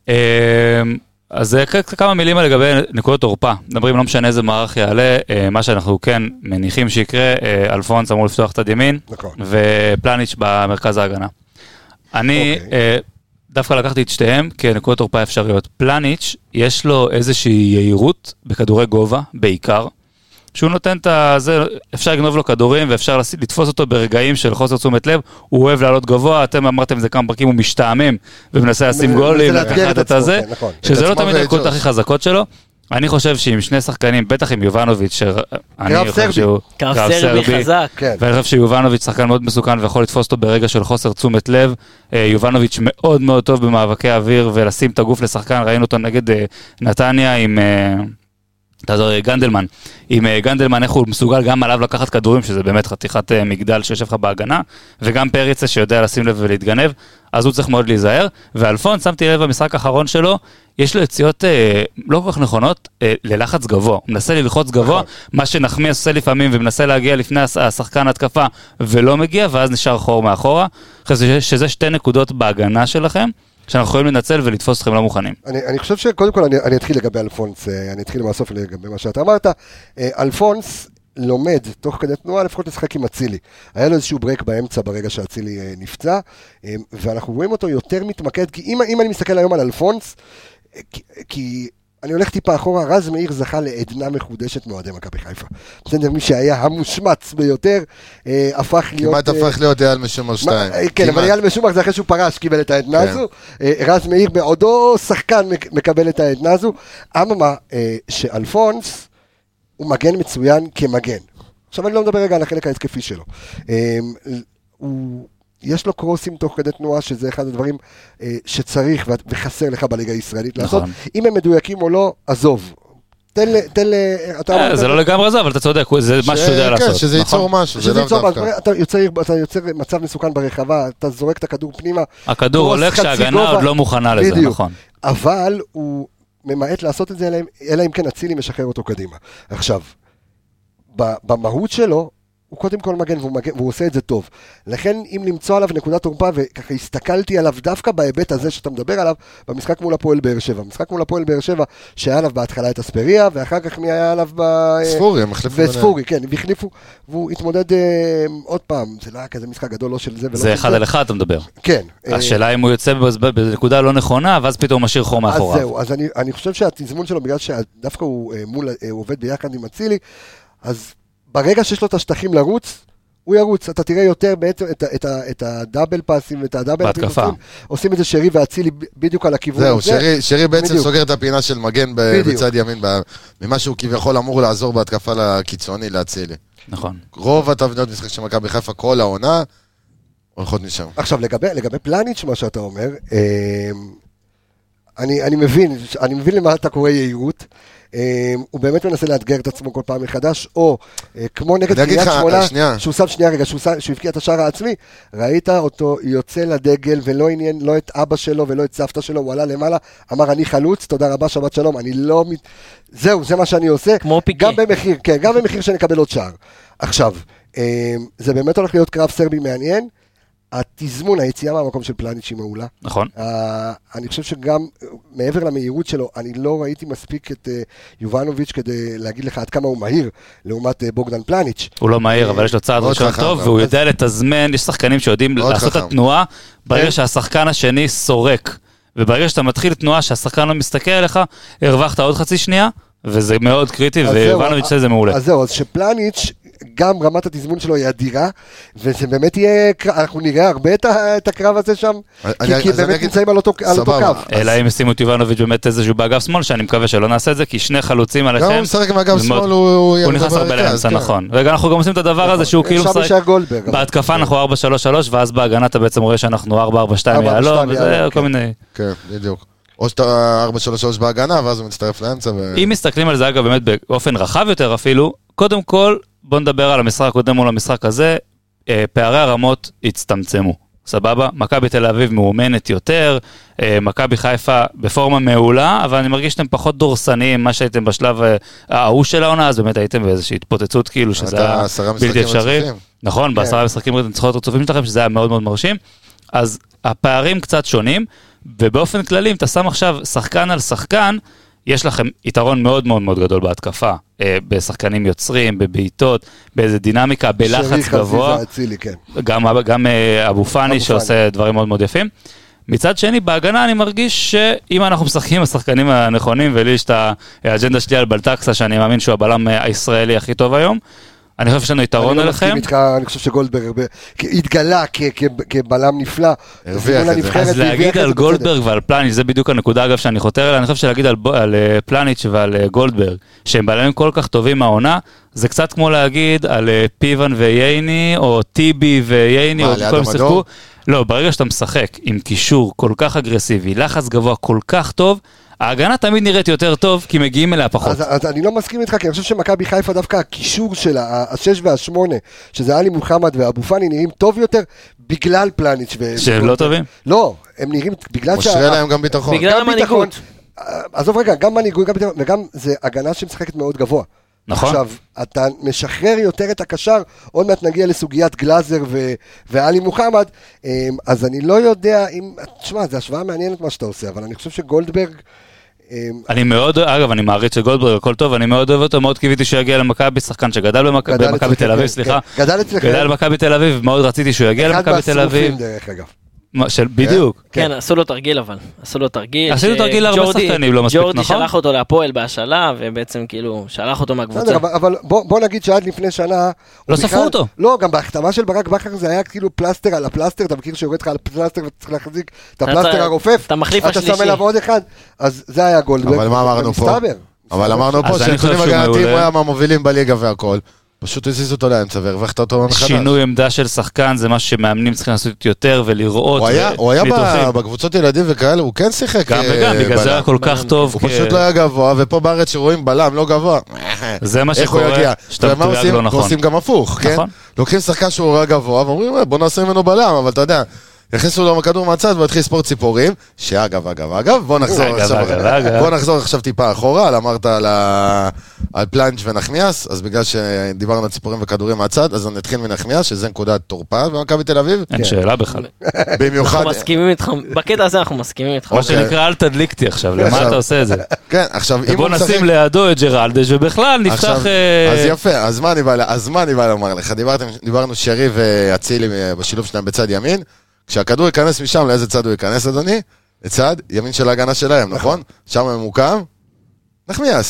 [SPEAKER 2] אז כמה מילים לגבי נקודות תורפה. מדברים, לא משנה איזה מערך יעלה, מה שאנחנו כן מניחים שיקרה, אלפונס אמור לפתוח את ימין, ופלניץ' במרכז ההגנה. אני דווקא לקחתי את שתיהם כנקודות תורפה אפשריות. פלניץ', יש לו איזושהי יהירות בכדורי גובה, בעיקר, שהוא נותן את זה, אפשר לגנוב לו כדורים ואפשר לתפוס אותו ברגעים של חוסר תשומת לב, הוא אוהב לעלות גבוה, אתם אמרתם את זה כמה פרקים, הוא משתעמם ומנסה לשים גולים, לקחת את הזה, שזה לא תמיד הנקודות הכי חזקות שלו. אני חושב שעם שני שחקנים, בטח עם יובנוביץ', שאני חושב שהוא
[SPEAKER 3] קרב סרבי חזק,
[SPEAKER 2] ואני חושב שיובנוביץ' שחקן מאוד מסוכן ויכול לתפוס אותו ברגע של חוסר תשומת לב. יובנוביץ' מאוד מאוד טוב במאבקי אוויר ולשים את הגוף לשחקן, ראינו אותו נגד נתניה עם תעזור גנדלמן, עם גנדלמן איך הוא מסוגל גם עליו לקחת כדורים, שזה באמת חתיכת מגדל שיושב לך בהגנה, וגם פריצה שיודע לשים לב ולהתגנב, אז הוא צריך מאוד להיזהר, ואלפון, שמתי לב במשחק האחרון שלו, יש לו יציאות לא כל כך נכונות ללחץ גבוה, הוא מנסה ללחוץ גבוה, מה שנחמי עושה לפעמים, ומנסה להגיע לפני השחקן התקפה, ולא מגיע, ואז נשאר חור מאחורה, שזה 2 נקודות בהגנה שלכם, שאנחנו יכולים לנצל ולתפוס אתכם לא מוכנים.
[SPEAKER 1] אני חושב שקודם כל אני אתחיל לגבי אלפונס, אני אתחיל מהסוף לגבי מה שאתה אמרת. אלפונס לומד תוך כדי תנועה לפחות לשחק עם אצילי. היה לו איזשהו ברק באמצע ברגע שאצילי נפצע, ואנחנו רואים אותו יותר מתמקד, כי אם אני מסתכל היום על אלפונס, כי אני הולך טיפה אחורה, רז מאיר זכה לעדנה מחודשת מאוהדי מכבי חיפה. בסדר, מי שהיה המושמץ ביותר, הפך להיות...
[SPEAKER 4] כמעט הפך להיות אייל משומר 2.
[SPEAKER 1] כן, אבל אייל משומר זה אחרי שהוא פרש, קיבל את העדנה הזו. רז מאיר בעודו שחקן מקבל את העדנה הזו. אממה, שאלפונס הוא מגן מצוין כמגן. עכשיו אני לא מדבר רגע על החלק ההתקפי שלו. יש לו קרוסים תוך כדי תנועה, שזה אחד הדברים שצריך וחסר לך בליגה הישראלית לעשות. אם הם מדויקים או לא, עזוב. תן
[SPEAKER 2] זה לא לגמרי זה, אבל אתה צודק, זה מה שהוא יודע לעשות.
[SPEAKER 4] שזה ייצור משהו, זה לא דווקא.
[SPEAKER 1] אתה יוצר מצב מסוכן ברחבה, אתה זורק את הכדור פנימה.
[SPEAKER 2] הכדור הולך שההגנה עוד לא מוכנה לזה, נכון.
[SPEAKER 1] אבל הוא ממעט לעשות את זה, אלא אם כן אצילי משחרר אותו קדימה. עכשיו, במהות שלו, הוא קודם כל מגן, והוא עושה את זה טוב. לכן, אם למצוא עליו נקודת תורפה, וככה הסתכלתי עליו דווקא בהיבט הזה שאתה מדבר עליו, במשחק מול הפועל באר שבע. במשחק מול הפועל באר שבע, שהיה עליו בהתחלה את אספריה, ואחר כך מי היה עליו
[SPEAKER 4] ספורי, הם החליפו ביניהם.
[SPEAKER 1] וספורי, כן, והחליפו, והוא התמודד עוד פעם, זה לא היה כזה משחק גדול, לא של זה ולא
[SPEAKER 2] זה אחד על אחד, אתה מדבר.
[SPEAKER 1] כן.
[SPEAKER 2] השאלה אם הוא יוצא בנקודה לא נכונה, ואז פתאום משאיר חור מאחוריו.
[SPEAKER 1] אז זהו, אז אני חושב שהתזמון שלו, בגלל שדווקא הוא עובד ביחד עם אצילי, אז ברגע שיש לו את השטחים לרוץ, הוא ירוץ, אתה תראה יותר בעצם את הדאבל פאסים ואת הדאבל
[SPEAKER 2] בהתקפה.
[SPEAKER 1] עושים את זה שרי ואצילי בדיוק על הכיוון הזה.
[SPEAKER 4] זהו, שרי בעצם סוגר את הפינה של מגן בצד ימין, ממה שהוא כביכול אמור לעזור בהתקפה לקיצוני לאצילי.
[SPEAKER 2] נכון.
[SPEAKER 4] רוב התבניות משחק של מכבי חיפה, כל העונה, הולכות משם.
[SPEAKER 1] עכשיו, לגבי פלניץ', מה שאתה אומר, אני מבין למה אתה קורא יעירות, הוא באמת מנסה לאתגר את עצמו כל פעם מחדש, או כמו נגד קריית שמונה, שהוא שם שנייה רגע, שהוא הבקיע את השער העצמי, ראית אותו יוצא לדגל ולא עניין, לא את אבא שלו ולא את סבתא שלו, הוא עלה למעלה, אמר אני חלוץ, תודה רבה, שבת שלום, אני לא, זהו, זה מה שאני עושה,
[SPEAKER 3] כמו פיקי.
[SPEAKER 1] גם במחיר שנקבל עוד שער. עכשיו, זה באמת הולך להיות קרב סרבי מעניין, התזמון, היציאה מהמקום של פלניץ' היא מעולה.
[SPEAKER 2] נכון.
[SPEAKER 1] אני חושב שגם מעבר למהירות שלו, אני לא ראיתי מספיק את יובנוביץ' כדי להגיד לך עד כמה הוא מהיר, לעומת בוגדן פלניץ'.
[SPEAKER 2] הוא לא מהיר, אבל יש לו צעד ראשון טוב, והוא יודע לתזמן, יש שחקנים שיודעים לעשות את התנועה, ברגע שהשחקן השני סורק, וברגע שאתה מתחיל תנועה שהשחקן לא מסתכל עליך, הרווחת עוד חצי שנייה, וזה מאוד קריטי, ויובנוביץ' זה מעולה.
[SPEAKER 1] אז זהו, אז שפלניץ' גם רמת התזמון שלו היא אדירה, וזה באמת יהיה, אנחנו נראה הרבה את הקרב הזה שם, כי באמת נמצאים על אותו קו.
[SPEAKER 2] אלא אם ישימו את יובנוביץ' באמת איזשהו באגף שמאל, שאני מקווה שלא נעשה את זה, כי שני חלוצים עליכם.
[SPEAKER 4] גם הוא משחק עם אגף שמאל, הוא
[SPEAKER 2] נכנס הרבה לאמצע, נכון. וגם אנחנו גם עושים את הדבר הזה, שהוא כאילו משחק, בהתקפה אנחנו 4-3-3, ואז בהגנה אתה בעצם רואה שאנחנו 4-4-2 יעלו, וזה כל מיני...
[SPEAKER 4] כן, בדיוק. או שאתה 4-3-3 בהגנה, ואז הוא מצטרף לאמצע.
[SPEAKER 2] אם מסתכלים על זה, אגב, באמת באופן רחב יותר אפילו, קודם כל, בוא נדבר על המשחק הקודם מול המשחק הזה, פערי הרמות הצטמצמו, סבבה? מכבי תל אביב מאומנת יותר, מכבי חיפה בפורמה מעולה, אבל אני מרגיש שאתם פחות דורסניים, מה שהייתם בשלב ההוא של העונה, אז באמת הייתם באיזושהי התפוצצות כאילו, שזה היה בלתי אפשרי. נכון, ב10 משחקים ניצחונות רצופים שלכם, שזה היה מאוד מאוד מרשים, אז הפערים קצת שונים, ובאופן כללי, אם אתה שם עכשיו שחקן על שחקן, יש לכם יתרון מאוד מאוד מאוד גדול בהתקפה, בשחקנים יוצרים, בבעיטות, באיזה דינמיקה, בלחץ גבוה, גם אבו פאני שעושה דברים מאוד מאוד יפים. מצד שני, בהגנה אני מרגיש שאם אנחנו משחקים עם השחקנים הנכונים, ולי יש את האג'נדה שלי על בלטקסה, שאני מאמין שהוא הבלם הישראלי הכי טוב היום, אני חושב שיש לנו יתרון אליכם.
[SPEAKER 1] אני חושב שגולדברג התגלה כבלם נפלא.
[SPEAKER 2] אז להגיד על גולדברג ועל פלניץ', זה בדיוק הנקודה אגב שאני חותר אליה, אני חושב שלהגיד על פלניץ' ועל גולדברג, שהם בלמים כל כך טובים מהעונה, זה קצת כמו להגיד על פיוון וייני, או טיבי וייני, או כל משחקו. לא, ברגע שאתה משחק עם קישור כל כך אגרסיבי, לחץ גבוה כל כך טוב, ההגנה תמיד נראית יותר טוב, כי מגיעים אליה פחות.
[SPEAKER 1] אז אני לא מסכים איתך, כי אני חושב שמכבי חיפה דווקא הקישור שלה, ה-6 וה-8, שזה עלי מוחמד ואבו פאני, נראים טוב יותר בגלל פלניץ'
[SPEAKER 2] שהם לא טובים?
[SPEAKER 1] לא, הם נראים בגלל
[SPEAKER 4] משרה להם גם ביטחון.
[SPEAKER 3] בגלל המנהיגות.
[SPEAKER 1] עזוב רגע, גם מנהיגות, וגם זה הגנה שמשחקת מאוד גבוה.
[SPEAKER 2] נכון.
[SPEAKER 1] עכשיו, אתה משחרר יותר את הקשר, עוד מעט נגיע לסוגיית גלאזר ואלי מוחמד, אז אני לא יודע אם, תשמע, זה השוואה מעניינת מה שאתה עושה, אבל אני חושב שגולדברג,
[SPEAKER 2] אני מאוד, אגב, אני מעריץ שגולדברג הכל טוב, אני מאוד אוהב אותו, מאוד קיוויתי שהוא יגיע למכבי, שחקן שגדל במכבי תל אביב, סליחה, גדל במכבי תל אביב, מאוד רציתי שהוא יגיע למכבי תל אביב. בדיוק.
[SPEAKER 3] כן, עשו לו תרגיל אבל. עשו לו תרגיל.
[SPEAKER 2] עשו לו תרגיל הרבה שחקנים, לא מספיק, נכון?
[SPEAKER 3] ג'ורדי שלח אותו להפועל בהשאלה, ובעצם כאילו שלח אותו מהקבוצה.
[SPEAKER 1] אבל בוא נגיד שעד לפני שנה...
[SPEAKER 2] לא ספרו אותו.
[SPEAKER 1] לא, גם בהחתמה של ברק בכר זה היה כאילו פלסטר על הפלסטר, אתה מכיר שיורד לך על פלסטר וצריך להחזיק את הפלסטר הרופף.
[SPEAKER 3] אתה מחליף השלישי.
[SPEAKER 1] אתה שם אליו עוד אחד, אז זה היה גולדברג.
[SPEAKER 4] אבל מה אמרנו פה? אבל אמרנו פה שהנתונים הגנתיים הוא היה מהמובילים בליגה והכל. פשוט הזיז אותו לאמצע והרווחת אותו מחדש.
[SPEAKER 2] שינוי עמדה של שחקן זה משהו שמאמנים צריכים לעשות יותר ולראות.
[SPEAKER 4] הוא היה בקבוצות ילדים וכאלה, הוא כן שיחק.
[SPEAKER 2] גם וגם, בגלל זה היה כל כך טוב.
[SPEAKER 4] הוא פשוט לא היה גבוה, ופה בארץ שרואים בלם לא גבוה.
[SPEAKER 2] זה מה שקורה,
[SPEAKER 4] שאתה מתויג לא נכון. ועושים גם הפוך, כן? לוקחים שחקן שהוא היה גבוה, ואומרים, בוא נעשה ממנו בלם, אבל אתה יודע, יכניסו לו מכדור מהצד והתחיל ספורט ציפורים, שאגב, בוא נחזור עכשיו טיפה אחורה, אמרת על פלנץ' ונחמיאס, אז בגלל שדיברנו על ציפורים וכדורים מהצד, אז נתחיל מנחמיאס, שזה נקודת תורפה במכבי תל אביב.
[SPEAKER 2] אין שאלה בכלל.
[SPEAKER 4] במיוחד...
[SPEAKER 3] אנחנו מסכימים איתך, בקטע הזה אנחנו מסכימים איתך.
[SPEAKER 2] מה שנקרא, אל תדליקתי עכשיו, למה אתה עושה את זה?
[SPEAKER 4] כן, עכשיו...
[SPEAKER 2] בוא נשים לידו את ג'רלדש, ובכלל נפתח...
[SPEAKER 4] אז יפה, אז מה אני בא לומר לך? דיברנו שרי ואצילי בשילוב שלהם בצד ימין, כשהכדור ייכנס משם, לאיזה צד הוא ייכנס, אדוני? לצד ימין של ההגנה שלהם, נכון? שם ממוקם, נחמיאס.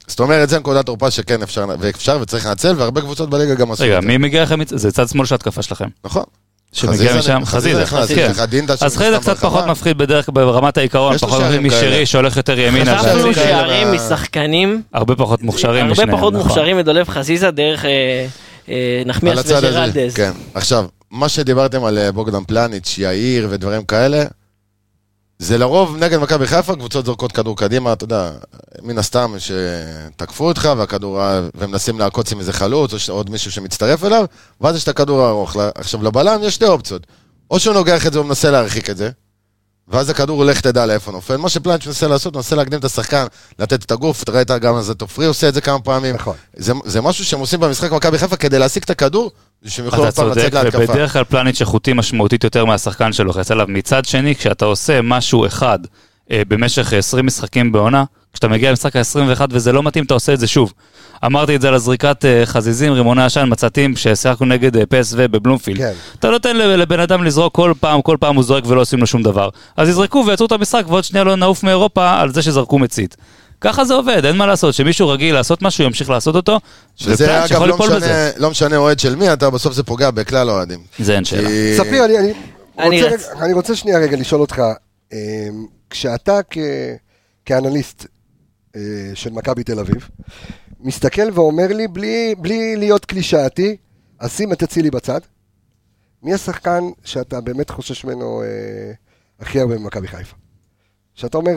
[SPEAKER 4] זאת אומרת, זה נקודת תורפה שכן אפשר וצריך לנצל, והרבה קבוצות בליגה גם עשו את זה.
[SPEAKER 2] רגע, מי מגיע לכם? זה צד שמאל של התקפה שלכם.
[SPEAKER 4] נכון.
[SPEAKER 2] שמגיע משם, חזיזה. אז חזיזה קצת פחות מפחיד בדרך ברמת העיקרון, פחות משרי שהולך יותר ימינה.
[SPEAKER 3] חשבנו שערים משחקנים.
[SPEAKER 2] הרבה פחות מוכשרים.
[SPEAKER 3] הרבה פחות מוכשרים מדולב חזיזה דרך נחמיאס וג'רלדז.
[SPEAKER 4] כן, עכשיו, מה שדיברתם על בוגדן פלניץ', יאיר ודברים כאלה, זה לרוב נגד מכבי חיפה, קבוצות זורקות כדור קדימה, אתה יודע, מן הסתם שתקפו אותך, ומנסים לעקוץ עם איזה חלוץ, או עוד מישהו שמצטרף אליו, ואז יש את הכדור הארוך. עכשיו, לבלם יש שתי אופציות. או שהוא נוגח את זה ומנסה להרחיק את זה, ואז הכדור הולך תדע לאיפה נופל. מה שפלניץ' מנסה לעשות, מנסה להקדים את השחקן, לתת את הגוף, אתה ראית גם אז תופרי עושה את זה כמה פעמים. זה משהו שהם עושים במשחק מכבי חיפה כדי להשיג את הכדור, שהם יוכלו פעם לצאת להתקפה.
[SPEAKER 2] ובדרך כלל פלניץ' איכותי משמעותית יותר מהשחקן שלו. אצליו מצד שני, כשאתה עושה משהו אחד במשך 20 משחקים בעונה, כשאתה מגיע למשחק ה-21 וזה לא מתאים, אתה עושה את זה שוב. אמרתי את זה על הזריקת חזיזים, רימוני עשן, מצתים ששיחקו נגד PSV בבלומפילד. אתה לא תן לבן אדם לזרוק כל פעם הוא זורק ולא עושים לו שום דבר. אז יזרקו ויצאו את המשחק ועוד שנייה לא נעוף מאירופה על זה שזרקו מצית. ככה זה עובד, אין מה לעשות, שמישהו רגיל לעשות משהו, ימשיך לעשות אותו,
[SPEAKER 4] שזה אגב לא משנה אוהד של מי, אתה בסוף זה פוגע בכלל אוהדים.
[SPEAKER 2] זה אין שאלה.
[SPEAKER 1] ספיר, אני רוצה שנייה רגע לשאול אותך, כשאתה כאנליסט של מכבי תל אביב, מסתכל ואומר לי, בלי להיות קלישאתי, אז שים את אצילי בצד, מי השחקן שאתה באמת חושש ממנו הכי הרבה במכבי חיפה? שאתה אומר,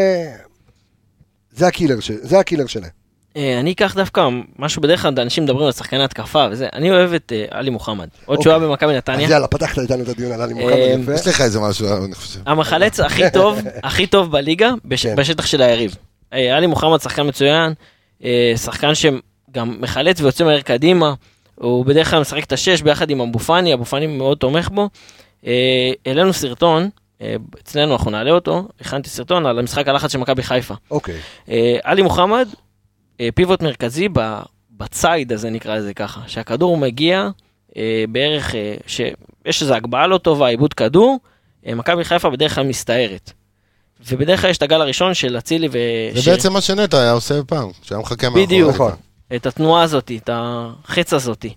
[SPEAKER 1] זה הקילר שלהם.
[SPEAKER 3] אני אקח דווקא משהו בדרך כלל, אנשים מדברים על שחקני התקפה וזה, אני אוהב את עלי מוחמד, עוד שהוא היה במכבי נתניה.
[SPEAKER 1] אז יאללה, פתחת איתנו את הדיון על עלי מוחמד, יפה.
[SPEAKER 4] יש לך איזה משהו, אני חושב.
[SPEAKER 3] המחלץ הכי טוב בליגה, בשטח של היריב. עלי מוחמד שחקן מצוין, שחקן שגם מחלץ ויוצא מהר קדימה, הוא בדרך כלל משחק את השש ביחד עם אבו פאני מאוד תומך בו. אלינו סרטון, אצלנו אנחנו נעלה אותו, הכנתי סרטון על המשחק הלחץ של מכבי חיפה.
[SPEAKER 1] אוקיי.
[SPEAKER 3] עלי מוחמד, פיבוט מרכזי בצייד הזה נקרא לזה ככה, שהכדור מגיע בערך, שיש איזו הגבהה לא טובה, עיבוד כדור, מכבי חיפה בדרך כלל מסתערת. ובדרך כלל יש את הגל הראשון של אצילי ושרי. זה
[SPEAKER 4] בעצם מה שנטע היה עושה פעם, שהיה מחכה מאחור.
[SPEAKER 3] בדיוק, את התנועה הזאת, את החץ הזאת.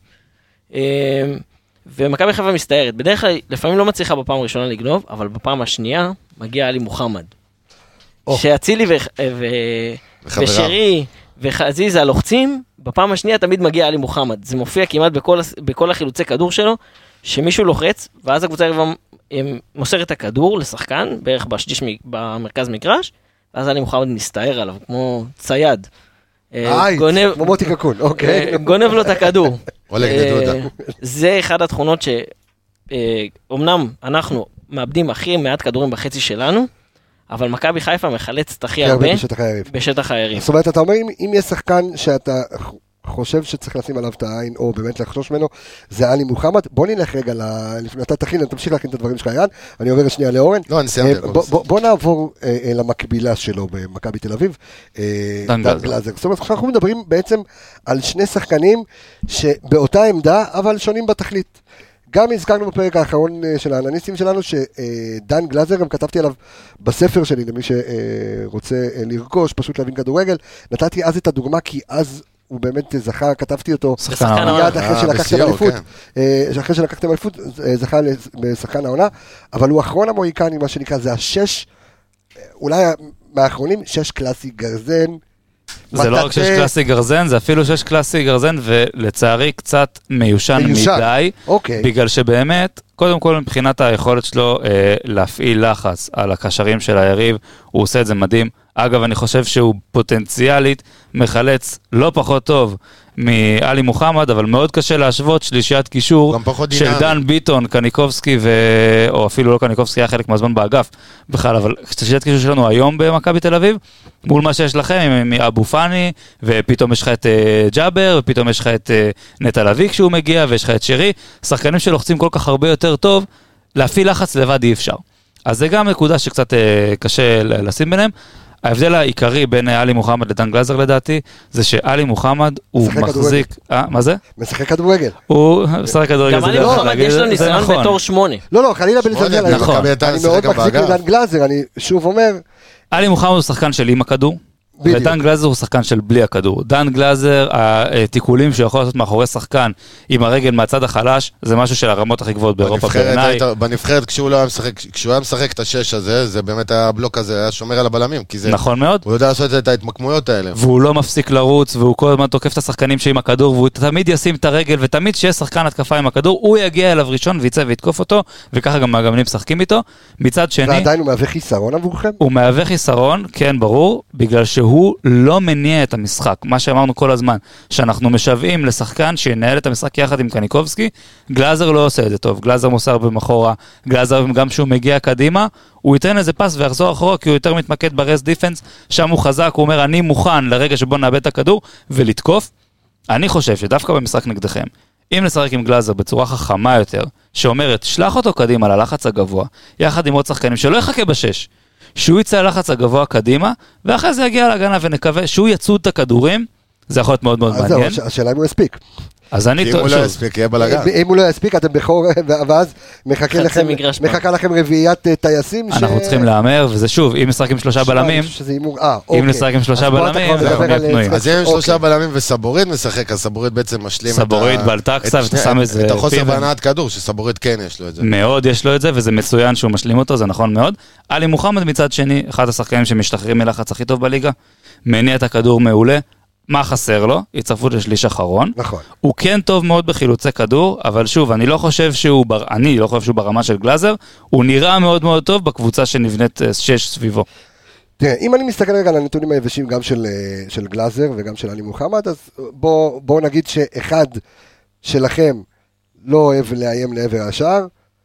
[SPEAKER 3] ומכבי חיפה מסתערת. בדרך כלל, לפעמים לא מצליחה בפעם הראשונה לגנוב, אבל בפעם השנייה מגיע עלי מוחמד. שאצילי ושרי וחזיזה לוחצים, בפעם השנייה תמיד מגיע עלי מוחמד. זה מופיע כמעט בכל החילוצי כדור שלו, שמישהו לוחץ, ואז הקבוצה מוסר את הכדור לשחקן, בערך בשליש במרכז מגרש, ואז עלי מוחמד מסתער עליו, כמו צייד.
[SPEAKER 1] כמו מוטי קקון, אוקיי.
[SPEAKER 3] גונב לו את הכדור.
[SPEAKER 4] עולג לדודה.
[SPEAKER 3] זה אחד התכונות שאומנם אנחנו מאבדים הכי מעט כדורים בחצי שלנו, אבל מכבי חיפה מחלצת הכי הרבה בשטח היריב.
[SPEAKER 1] זאת אומרת, אתה אומר, אם יש שחקן שאתה חושב שצריך לשים עליו את העין, או באמת לחשוש ממנו, זה עלי מוחמד. בוא נלך רגע, לפני אתה תמשיך להכין את הדברים שלך, ירן, אני עובר שנייה לאורן.
[SPEAKER 4] לא, אני סיימתי.
[SPEAKER 1] בוא נעבור למקבילה שלו במכבי תל אביב, דן גלאזר. זאת אומרת, אנחנו מדברים בעצם על שני שחקנים שבאותה עמדה, אבל שונים בתכלית. גם הזכרנו בפרק האחרון של האנליסטים שלנו, שדן גלאזר, גם כתבתי עליו בספר שלי, למי שרוצה לרכוש, פשוט להבין כדורגל, נתתי אז את הדוגמה, כי אז הוא באמת זכה, כתבתי אותו, מיד אחרי שלקחתם אליפות, אחרי שלקחתם אליפות, זכה בשחקן העונה, אבל הוא אחרון המוהיקנים, מה שנקרא, זה השש, אולי מהאחרונים, שש קלאסי גרזן,
[SPEAKER 2] זה לא רק שש קלאסי גרזן, זה אפילו שש קלאסי גרזן, ולצערי קצת מיושן מדי, בגלל שבאמת, קודם כל מבחינת היכולת שלו להפעיל לחץ על הקשרים של היריב, הוא עושה את זה מדהים. אגב, אני חושב שהוא פוטנציאלית מחלץ לא פחות טוב מעלי מוחמד, אבל מאוד קשה להשוות שלישיית קישור של דן ביטון, קניקובסקי, או אפילו לא קניקובסקי, היה חלק מהזמן באגף בכלל, אבל שלישיית קישור שלנו היום במכבי תל אביב, מול מה שיש לכם, מאבו פאני, ופתאום יש לך את ג'אבר, ופתאום יש לך את נטע לביא כשהוא מגיע, ויש לך את שרי, שחקנים שלוחצים כל כך הרבה יותר טוב, להפעיל לחץ לבד אי אפשר. אז זה גם נקודה שקצת קשה לשים ביניהם. ההבדל העיקרי בין עלי מוחמד לדן גלאזר לדעתי, זה שעלי מוחמד הוא מחזיק... מה זה?
[SPEAKER 1] משחק כדורגל.
[SPEAKER 2] הוא משחק כדורגל.
[SPEAKER 3] גם עלי מוחמד יש לו ניסיון בתור 8.
[SPEAKER 1] לא, חלילה בלזלזל.
[SPEAKER 2] נכון.
[SPEAKER 1] אני מאוד מחזיק לדן גלאזר, אני שוב אומר...
[SPEAKER 2] עלי מוחמד הוא שחקן של עם הכדור, ודן גלאזר הוא שחקן של בלי הכדור. דן גלאזר, התיקולים שהוא יכול לעשות מאחורי שחקן עם הרגל מהצד החלש, זה משהו של הרמות הכי גבוהות באירופה בעיניי.
[SPEAKER 4] בנבחרת, כשהוא היה משחק את השש הזה, זה באמת הבלוק הזה היה שומר על הבלמים, כי זה...
[SPEAKER 2] נכון מאוד.
[SPEAKER 4] הוא יודע לעשות את ההתמקמויות האלה.
[SPEAKER 2] והוא לא מפסיק לרוץ, והוא כל הזמן תוקף את השחקנים שעם הכדור, והוא תמיד ישים את הרגל, ותמיד שיש שחקן התקפה עם הכדור, הוא יגיע אליו ראשון ויצא ויתקוף אותו, וככה גם המאמנים משחקים איתו. מצד שני,
[SPEAKER 1] ועדיין הוא מהווה חיסרון עבורכם?
[SPEAKER 2] הוא מהווה חיסרון, כן, ברור, בגלל שהוא לא מניע את המשחק. מה שאמרנו כל הזמן, שאנחנו משוועים לשחקן שינהל את המשחק יחד עם קניקובסקי, גלאזר לא עושה את זה טוב, גלאזר מוסר במחורה, גלאזר גם כשהוא מגיע קדימה, הוא ייתן איזה פס ויחזור אחורה, כי הוא יותר מתמקד ברס דיפנס, שם הוא חזק, הוא אומר, אני מוכן לרגע שבו נאבד את הכדור ולתקוף. אני חושב שדווקא במשחק נגדכם, אם נשחק עם גלאזר בצורה חכמה יותר, שאומרת, שלח אותו קדימה ללחץ הגבוה, יחד עם עוד שחקנים, שלא יחכה בשש, שהוא יצא ללחץ הגבוה קדימה, ואחרי זה יגיע להגנה ונקווה שהוא יצוד את הכדורים, זה יכול להיות מאוד מאוד מעניין.
[SPEAKER 1] השאלה אם הוא יספיק.
[SPEAKER 2] אז אני
[SPEAKER 4] אם הוא לא יספיק, יהיה בלגן.
[SPEAKER 1] אם הוא לא יספיק, אתם בחור, ואז מחכה לכם רביעיית טייסים.
[SPEAKER 2] אנחנו צריכים לאמר, וזה שוב, אם נשחק עם שלושה בלמים, אם נשחק עם שלושה בלמים,
[SPEAKER 4] אז אם עם שלושה בלמים וסבורית משחק, אז סבורית בעצם משלים
[SPEAKER 2] סבורית בלטקסה, ואתה שם איזה...
[SPEAKER 4] את החוסר בהנעת כדור, שסבורית כן יש לו את זה.
[SPEAKER 2] מאוד יש לו את זה, וזה מצוין שהוא משלים אותו, זה נכון מאוד. עלי מוחמד מצד שני, אחד השחקנים שמשתחררים מלחץ הכי טוב בליגה, מניע את הכדור מעולה. מה חסר לו? הצטרפות לשליש אחרון.
[SPEAKER 1] נכון.
[SPEAKER 2] הוא כן טוב מאוד בחילוצי כדור, אבל שוב, אני לא חושב שהוא ברמה של גלאזר, הוא נראה מאוד מאוד טוב בקבוצה שנבנית שש סביבו.
[SPEAKER 1] תראה, אם אני מסתכל רגע על הנתונים היבשים גם של גלאזר וגם של עלי מוחמד, אז בואו נגיד שאחד שלכם לא אוהב לאיים לעבר השער,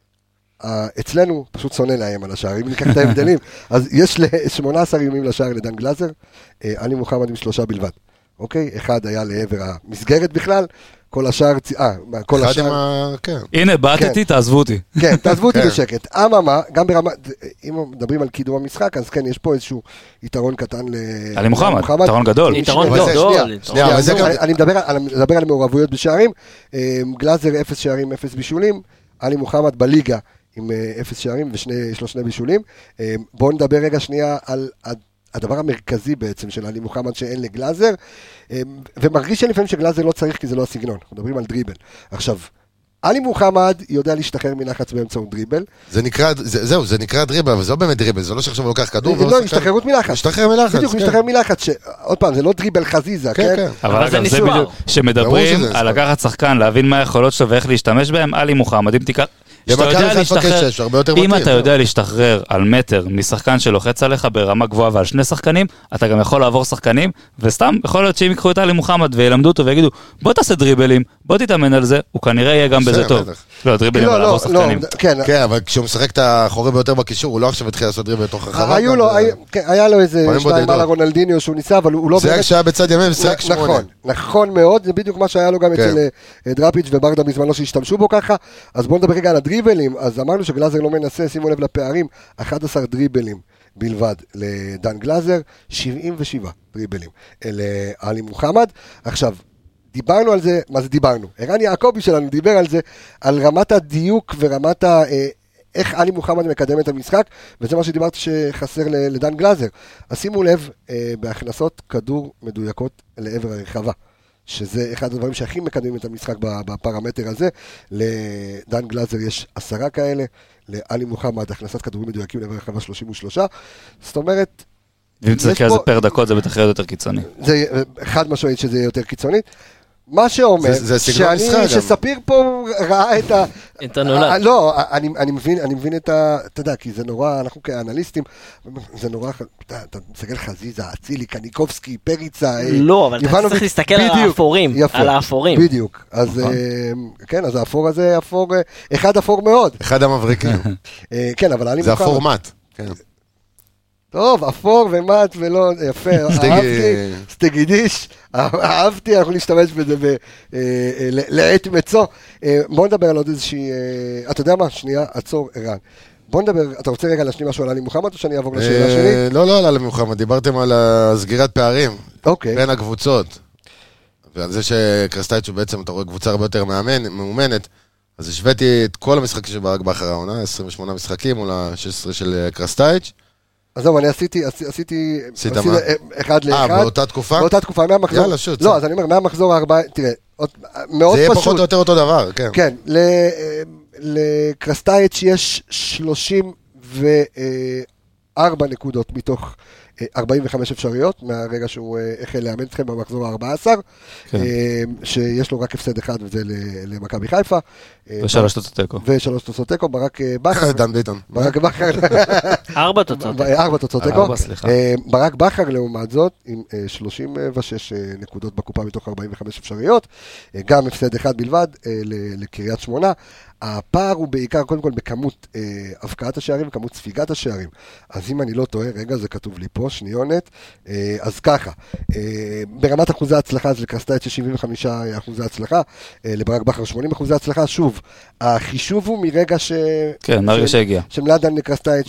[SPEAKER 1] אצלנו פשוט שונא לאיים על השער, אם ניקח את ההבדלים, אז יש 18 איומים לשער לדן גלאזר, עלי מוחמד עם 3 בלבד. אוקיי? אחד היה לעבר המסגרת בכלל, כל השאר, כל השאר...
[SPEAKER 2] הנה, באתי, תעזבו אותי.
[SPEAKER 1] כן, תעזבו אותי בשקט. אממה, גם ברמה, אם מדברים על קידום המשחק, אז כן, יש פה איזשהו יתרון קטן
[SPEAKER 2] עלי מוחמד, יתרון גדול.
[SPEAKER 3] יתרון גדול.
[SPEAKER 1] אני מדבר על מעורבויות בשערים, גלאזר 0 שערים, 0 בישולים, עלי מוחמד בליגה עם 0 שערים ויש 2 בישולים. בואו נדבר רגע שנייה על הדבר המרכזי בעצם של עלי מוחמד שאין לגלאזר, ומרגיש שלפעמים שגלאזר לא צריך כי זה לא הסגנון, אנחנו מדברים על דריבל. עכשיו, עלי מוחמד יודע להשתחרר מלחץ באמצעות דריבל.
[SPEAKER 4] זה נקרא דריבל, אבל זה לא באמת דריבל, זה לא שעכשיו הוא לוקח כדור.
[SPEAKER 1] לא, השתחררות מלחץ.
[SPEAKER 4] משתחרר מלחץ.
[SPEAKER 1] בדיוק, משתחרר מלחץ, עוד פעם, זה לא דריבל חזיזה, כן?
[SPEAKER 2] אבל אגב, זה בדיוק, שמדברים על לקחת שחקן, להבין מה היכולות שלו ואיך להשתמש בהם, עלי מוחמד, אם תיקח... אם אתה יודע להשתחרר על מטר משחקן שלוחץ עליך ברמה גבוהה ועל 2 שחקנים, אתה גם יכול לעבור שחקנים, וסתם יכול להיות שאם יקחו את עלי מוחמד וילמדו אותו ויגידו, בוא תעשה דריבלים, בוא תתאמן על זה, הוא כנראה יהיה גם בזה טוב. לא, דריבלים על לעבור שחקנים.
[SPEAKER 4] כן, אבל כשהוא משחק את האחורי ביותר בקישור, הוא לא עכשיו התחיל לעשות דריבל בתוך הרחבה.
[SPEAKER 1] היה לו איזה 2 על הרונלדיניו שהוא ניסה, אבל הוא לא...
[SPEAKER 4] זה כשהיה בצד ימין ושחק 8.
[SPEAKER 1] נכון מאוד, זה בדיוק מה שהיה לו גם אצל דראפיץ' וברדה בזמנו שהשתמשו בו ככה. אז בואו נדבר רגע על הדריבלים. אז אמרנו שגלאזר לא מנסה, שימו לב לפערים, 11 דריבלים בלבד לדן גלאזר, 77 דריבלים לעלי מוחמד. עכשיו, דיברנו על זה, מה זה דיברנו? ערן יעקבי שלנו דיבר על זה, על רמת הדיוק ורמת איך עלי מוחמד מקדם את המשחק, וזה מה שדיברתי שחסר לדן גלאזר. אז שימו לב, בהכנסות כדור מדויקות לעבר הרחבה. שזה אחד הדברים שהכי מקדמים את המשחק בפרמטר הזה. לדן גלאזר יש 10 כאלה, לעלי מוחמד הכנסת כדורים מדויקים לעבר הרחבה 33, זאת אומרת...
[SPEAKER 2] ואם צריך על זה פר דקות זה בטח יותר קיצוני.
[SPEAKER 1] זה חד משמעית שזה יותר קיצוני. מה שאומר, שספיר פה ראה את
[SPEAKER 3] הנולד.
[SPEAKER 1] לא, אני מבין את אתה יודע, כי זה נורא, אנחנו כאנליסטים, זה נורא, אתה מסתכל חזיזה, אצילי, קניקובסקי, פריצה,
[SPEAKER 3] לא, אבל אתה צריך להסתכל על האפורים, על האפורים.
[SPEAKER 1] בדיוק, אז כן, אז האפור הזה, אחד אפור מאוד.
[SPEAKER 4] אחד המבריקים.
[SPEAKER 1] כן, אבל אני
[SPEAKER 4] זה אפור מת, כן.
[SPEAKER 1] טוב, אפור ומט ולא, יפה, אהבתי, סטגידיש, אהבתי, אנחנו נשתמש בזה לעת מצוא. בואו נדבר על עוד איזושהי, אתה יודע מה? שנייה, עצור, ערן. בואו נדבר, אתה רוצה רגע להשלים משהו על עלי מוחמד או שאני אעבור לשאלה שלי?
[SPEAKER 4] לא על עלי מוחמד, דיברתם על סגירת פערים בין הקבוצות. ועל זה שקרסטייץ' הוא בעצם, אתה רואה קבוצה הרבה יותר מאומנת, אז השוויתי את כל המשחקים של ברק בכר העונה, 28 משחקים מול ה-16 של קרסטייץ',
[SPEAKER 1] אז זהו, אני עשיתי 1 ל-1.
[SPEAKER 4] באותה תקופה?
[SPEAKER 1] באותה תקופה, מהמחזור.
[SPEAKER 4] יאללה, שוט.
[SPEAKER 1] לא, אז אני אומר, מהמחזור 4, תראה, מאוד פשוט.
[SPEAKER 4] זה יהיה פחות או יותר אותו דבר, כן.
[SPEAKER 1] כן, לקרסטייץ' יש 34 נקודות מתוך 45 אפשריות, מהרגע שהוא החל לאמן אתכם במחזור ה-14, שיש לו רק הפסד אחד, וזה למכבי חיפה.
[SPEAKER 2] ושלוש תוצאות תיקו, ברק בכר.
[SPEAKER 4] דן ביטון.
[SPEAKER 1] ברק בכר.
[SPEAKER 3] 4 תוצאות.
[SPEAKER 1] 4 תוצאות תיקו. ברק בכר לעומת זאת, עם 36 נקודות בקופה מתוך 45 אפשריות, גם הפסד אחד בלבד לקריית שמונה. הפער הוא בעיקר, קודם כל, בכמות הפקעת השערים וכמות ספיגת השערים. אז אם אני לא טועה, רגע, זה כתוב לי פה, שניונת. אז ככה, ברמת אחוזי הצלחה, אז לקרסטייץ' 75 אחוזי הצלחה, לברק בכר 80 אחוזי הצלחה. שוב, החישוב הוא מרגע
[SPEAKER 2] כן, מהרגע שהגיע.
[SPEAKER 1] שמלאדן לקרסטייץ'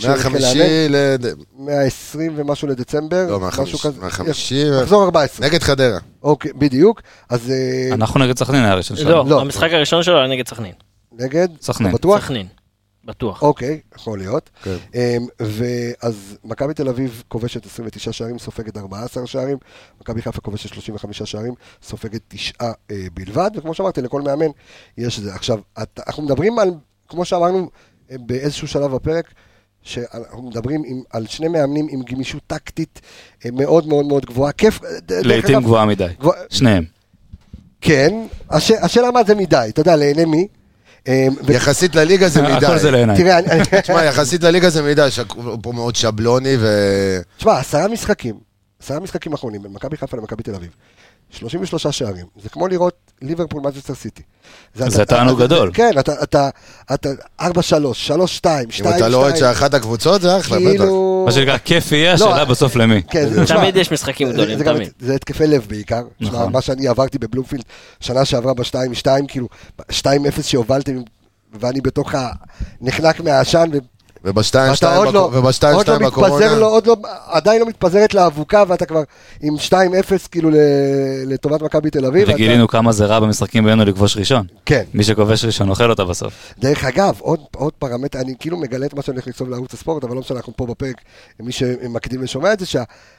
[SPEAKER 1] 120 ומשהו לדצמבר.
[SPEAKER 4] לא, 150.
[SPEAKER 1] מחזור 14.
[SPEAKER 4] נגד חדרה.
[SPEAKER 1] אוקיי, בדיוק. אז...
[SPEAKER 2] אנחנו נגד סכנין היה ראשון שלנו.
[SPEAKER 3] לא, המשחק הראשון שלו היה נגד סכנין.
[SPEAKER 1] נגד?
[SPEAKER 2] סכנין.
[SPEAKER 1] בטוח?
[SPEAKER 3] סכנין, בטוח.
[SPEAKER 1] אוקיי, יכול להיות. ואז מכבי תל אביב כובשת 29 שערים, סופגת 14 שערים, מכבי חיפה כובשת 35 שערים, סופגת 9 בלבד, וכמו שאמרתי, לכל מאמן יש זה. עכשיו, אנחנו מדברים על, כמו שאמרנו באיזשהו שלב בפרק, שאנחנו מדברים על שני מאמנים עם גמישות טקטית מאוד מאוד מאוד גבוהה. כיף.
[SPEAKER 2] לעתים גבוהה מדי. שניהם.
[SPEAKER 1] כן, השאלה מה זה מדי, אתה יודע, לעיני מי?
[SPEAKER 4] יחסית לליגה זה מדי.
[SPEAKER 2] הכל זה לעיניי.
[SPEAKER 4] תשמע, יחסית לליגה זה מדי, פה מאוד שבלוני
[SPEAKER 1] תשמע, 10 משחקים אחרונים בין מכבי חיפה למכבי תל אביב. 33 שערים. זה כמו לראות ליברפול מנצ'סטר סיטי.
[SPEAKER 2] זה תענוג גדול.
[SPEAKER 1] כן, אתה 4-3, 3-2, 2-2.
[SPEAKER 4] אם אתה לא רואה שאחת הקבוצות, זה אחלה, בטח.
[SPEAKER 2] מה שנקרא, כיף יהיה, השאלה בסוף למי.
[SPEAKER 3] תמיד יש משחקים גדולים, תמיד.
[SPEAKER 1] זה התקפי לב בעיקר. מה שאני עברתי בבלומפילד, שנה שעברה ב-2-2, כאילו, 2-0 שהובלתם, ואני בתוך הנחנק מהעשן,
[SPEAKER 4] וב-2-2 בקורונה.
[SPEAKER 1] עדיין לא מתפזרת לאבוקה, ואתה כבר עם 2-0 כאילו לטובת מכבי תל אביב.
[SPEAKER 2] וגילינו כמה זה רע במשחקים בינינו לכבוש ראשון.
[SPEAKER 1] כן.
[SPEAKER 2] מי שכובש ראשון אוכל אותה בסוף.
[SPEAKER 1] דרך אגב, עוד פרמטר, אני כאילו מגלה את מה שאני הולך לכתוב לערוץ הספורט, אבל לא משנה, אנחנו פה בפרק, מי שמקדים ושומע את זה,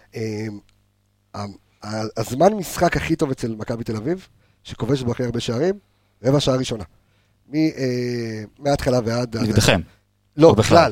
[SPEAKER 1] שהזמן משחק הכי טוב אצל מכבי תל אביב, שכובש בו הכי הרבה שערים, רבע שעה ראשונה. מההתחלה ועד...
[SPEAKER 2] נגדכם.
[SPEAKER 1] לא, בכלל.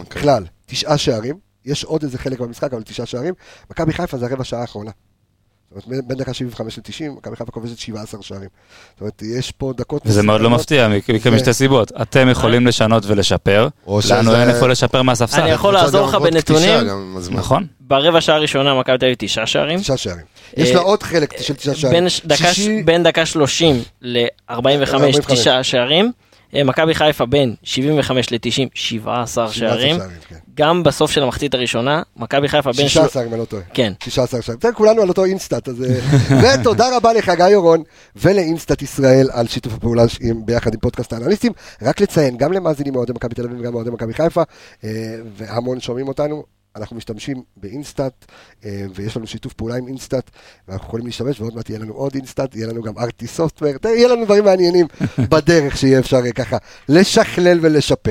[SPEAKER 1] 9 שערים. יש עוד איזה חלק במשחק, אבל 9 שערים. מכבי חיפה זה הרבע שעה האחרונה. זאת אומרת, בין דקה 75 ל-90, מכבי חיפה כובשת 17 שערים. זאת אומרת, יש פה דקות...
[SPEAKER 2] וזה מאוד לא מפתיע, משתי סיבות. אתם יכולים לשנות ולשפר, לנו אין איפה לשפר מהספסל.
[SPEAKER 3] אני יכול לעזור לך בנתונים.
[SPEAKER 2] נכון.
[SPEAKER 3] ברבע שעה הראשונה מכבי תל אביב 9 שערים.
[SPEAKER 1] 9 שערים. יש לה עוד חלק של 9 שערים.
[SPEAKER 3] בין דקה 30 ל-45, 9 שערים. מכבי חיפה בין 75 ל-90, 17 שערים. גם בסוף של המחצית הראשונה, מכבי חיפה בין...
[SPEAKER 1] 16, אם אני לא טועה.
[SPEAKER 3] כן.
[SPEAKER 1] 16 שערים. כולנו על אותו אינסטאט. ותודה רבה לך, גיא אורון, ולאינסטאט ישראל על שיתוף הפעולה ביחד עם פודקאסט האנליסטים. רק לציין, גם למאזינים מאוהדי מכבי תל אביב וגם מאוהדי מכבי חיפה, והמון שומעים אותנו. אנחנו משתמשים באינסטאט, ויש לנו שיתוף פעולה עם אינסטאט, ואנחנו יכולים להשתמש, ועוד מעט יהיה לנו עוד אינסטאט, יהיה לנו גם ארטי סופטוור, יהיה לנו דברים מעניינים בדרך שיהיה אפשר ככה לשכלל ולשפר.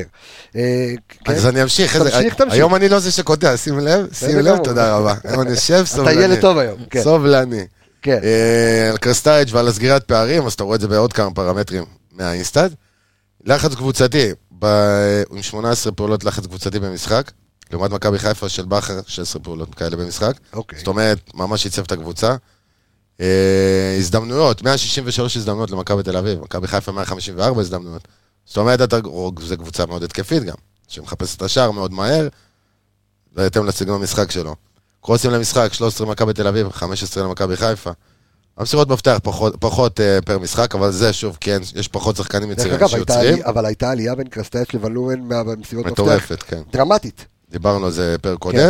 [SPEAKER 4] אז אני אמשיך, היום אני לא זה שקוטע, שים לב, תודה רבה. היום אני יושב, סובלני.
[SPEAKER 1] אתה ילד טוב היום.
[SPEAKER 4] סובלני. על קרסטייץ' ועל הסגירת פערים, אז אתה רואה את זה בעוד כמה פרמטרים מהאינסטאט. לחץ קבוצתי, עם 18 פעולות לחץ קבוצתי במשחק, לעומת מכבי חיפה של בכר, 16 פעולות כאלה במשחק. זאת אומרת, ממש ייצב את הקבוצה. הזדמנויות, 163 הזדמנויות למכבי תל אביב, מכבי חיפה 154 הזדמנויות. זאת אומרת, זו קבוצה מאוד התקפית גם, שמחפש את השער מאוד מהר, בהתאם לסגנון המשחק שלו. קרוסים למשחק, 13 למכבי תל אביב, 15 למכבי חיפה. המסירות מפתח פחות פר משחק, אבל זה שוב, כן, יש פחות שחקנים יצירים שיוצרים.
[SPEAKER 1] אבל הייתה עלייה בין קרסטייץ' לבלורן במסירות מפתח.
[SPEAKER 4] מטורפת, כן.
[SPEAKER 1] דרמטית.
[SPEAKER 4] דיברנו על זה פר קודם,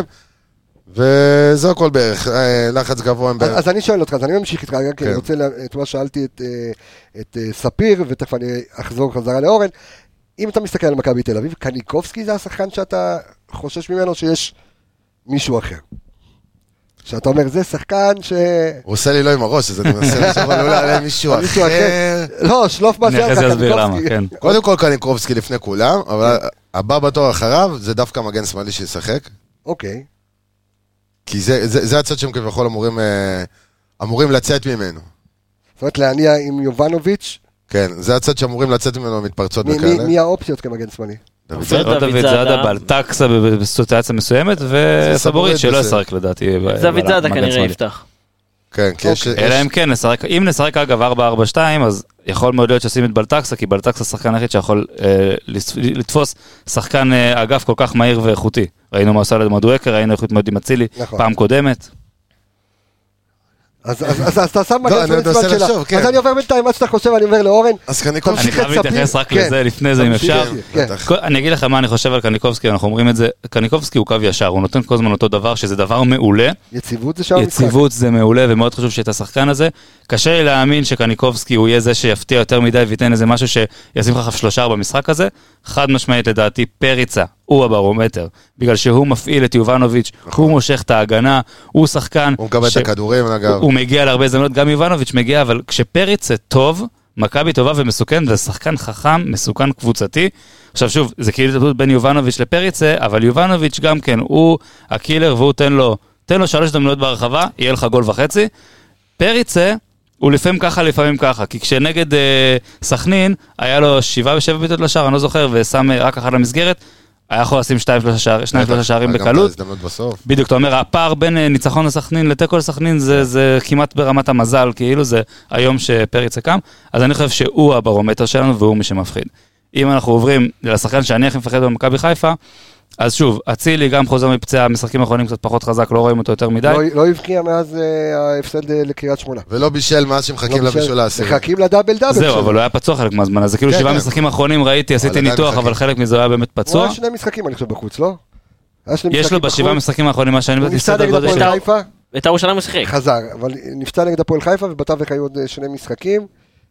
[SPEAKER 4] וזו הכל בערך, לחץ גבוה.
[SPEAKER 1] אז אני שואל אותך, אז אני ממשיך איתך, כי אני רוצה, את מה שאלתי את ספיר, ותכף אני אחזור חזרה לאורן, אם אתה מסתכל על מכבי תל אביב, קניקובסקי זה השחקן שאתה חושש ממנו שיש מישהו אחר. שאתה אומר, זה שחקן ש...
[SPEAKER 4] הוא עושה לי לא עם הראש, אז אני מנסה לחשוב על אולי מישהו אחר.
[SPEAKER 1] לא, שלוף מה זה
[SPEAKER 2] קניקובסקי.
[SPEAKER 4] קודם כל קניקובסקי לפני כולם, אבל הבא בתור אחריו, זה דווקא מגן שמאלי שישחק.
[SPEAKER 1] אוקיי.
[SPEAKER 4] כי זה הצד שהם כביכול אמורים לצאת ממנו.
[SPEAKER 1] זאת אומרת, להניע עם יובנוביץ'.
[SPEAKER 4] כן, זה הצד שאמורים לצאת ממנו מתפרצות וכאלה.
[SPEAKER 1] מי האופציות כמגן שמאלי?
[SPEAKER 2] דוד זאדה, בלטקסה בסיטואציה מסוימת, וסבורית שלא ישחק לדעתי.
[SPEAKER 3] דוד זאדה כנראה יפתח.
[SPEAKER 4] כן, כי יש...
[SPEAKER 2] אלא אם כן, אם נשחק אגב 4-4-2, אז יכול מאוד להיות שעושים את בלטקסה, כי בלטקסה שחקן היחיד שיכול לתפוס שחקן אגף כל כך מהיר ואיכותי. ראינו מה עושה לדמדואקר, ראינו איכות מאוד עם אצילי, פעם קודמת.
[SPEAKER 1] אז אתה שם מגן שמאלי זמן שלה. אז אני עובר בינתיים, מה שאתה חושב, אני עובר לאורן.
[SPEAKER 2] אני חייב להתייחס רק לזה לפני זה, אם אפשר. אני אגיד לך מה אני חושב על קניקובסקי, אנחנו אומרים את זה, קניקובסקי הוא קו ישר, הוא נותן כל הזמן אותו דבר, שזה דבר מעולה.
[SPEAKER 1] יציבות זה שם המשחק.
[SPEAKER 2] יציבות זה מעולה, ומאוד חשוב שאת השחקן הזה. קשה לי להאמין שקניקובסקי הוא יהיה זה שיפתיע יותר מדי, וייתן איזה משהו שישים לך 3 במשחק הזה. חד משמעית לדעתי פריצה הוא הברומטר, בגלל שהוא מפעיל את יובנוביץ', הוא מושך את ההגנה, הוא שחקן,
[SPEAKER 4] הוא מקבל את הכדורים, אגב.
[SPEAKER 2] הוא מגיע להרבה זמנות, גם יובנוביץ' מגיע, אבל כשפריצה טוב, מכבי טובה ומסוכן, זה שחקן חכם, מסוכן קבוצתי. עכשיו שוב, זה כאילו התלבטות בין יובנוביץ' לפריצה, אבל יובנוביץ' גם כן, הוא הקילר, והוא תן לו 3 דמנויות ברחבה, יהיה לך גול וחצי. פריצה, הוא לפעמים ככה, כי כשנגד סכנין, היה לו 7 ו7 ביטות לשער, אני לא זוכר, ושם רק אחד למסגרת, היה יכול לשים 2-3 שערים בקלות. בדיוק, אתה אומר, הפער בין ניצחון לסכנין לתיקו לסכנין, זה כמעט ברמת המזל, כאילו זה היום שפריצה קם, אז אני חושב שהוא הברומטר שלנו, והוא מי שמפחיד. אם אנחנו עוברים לשחקן שאני הכי מפחד במכבי חיפה, אז שוב, אצילי גם חוזר מפצע, משחקים האחרונים קצת פחות חזק, לא רואים אותו יותר מדי.
[SPEAKER 1] לא הבקיע מאז ההפסד לקריית שמונה.
[SPEAKER 4] ולא בישל מאז שמחכים לבישול העשירי.
[SPEAKER 1] מחכים לדאבל דאבל.
[SPEAKER 2] זהו, אבל הוא היה פצוע חלק מהזמן, אז זה כאילו 7 משחקים האחרונים ראיתי, עשיתי ניתוח, אבל חלק מזה היה באמת פצוע.
[SPEAKER 1] הוא היה 2 משחקים, אני חושב, בחוץ, לא?
[SPEAKER 2] יש לו ב7 משחקים האחרונים, מה שאני
[SPEAKER 1] בטח סדר גודל של חיפה.
[SPEAKER 3] בית"ר ירושלים משחק.
[SPEAKER 1] חזר, אבל נפצע נגד הפועל חיפה, ובתווך היו עוד 2 משחקים.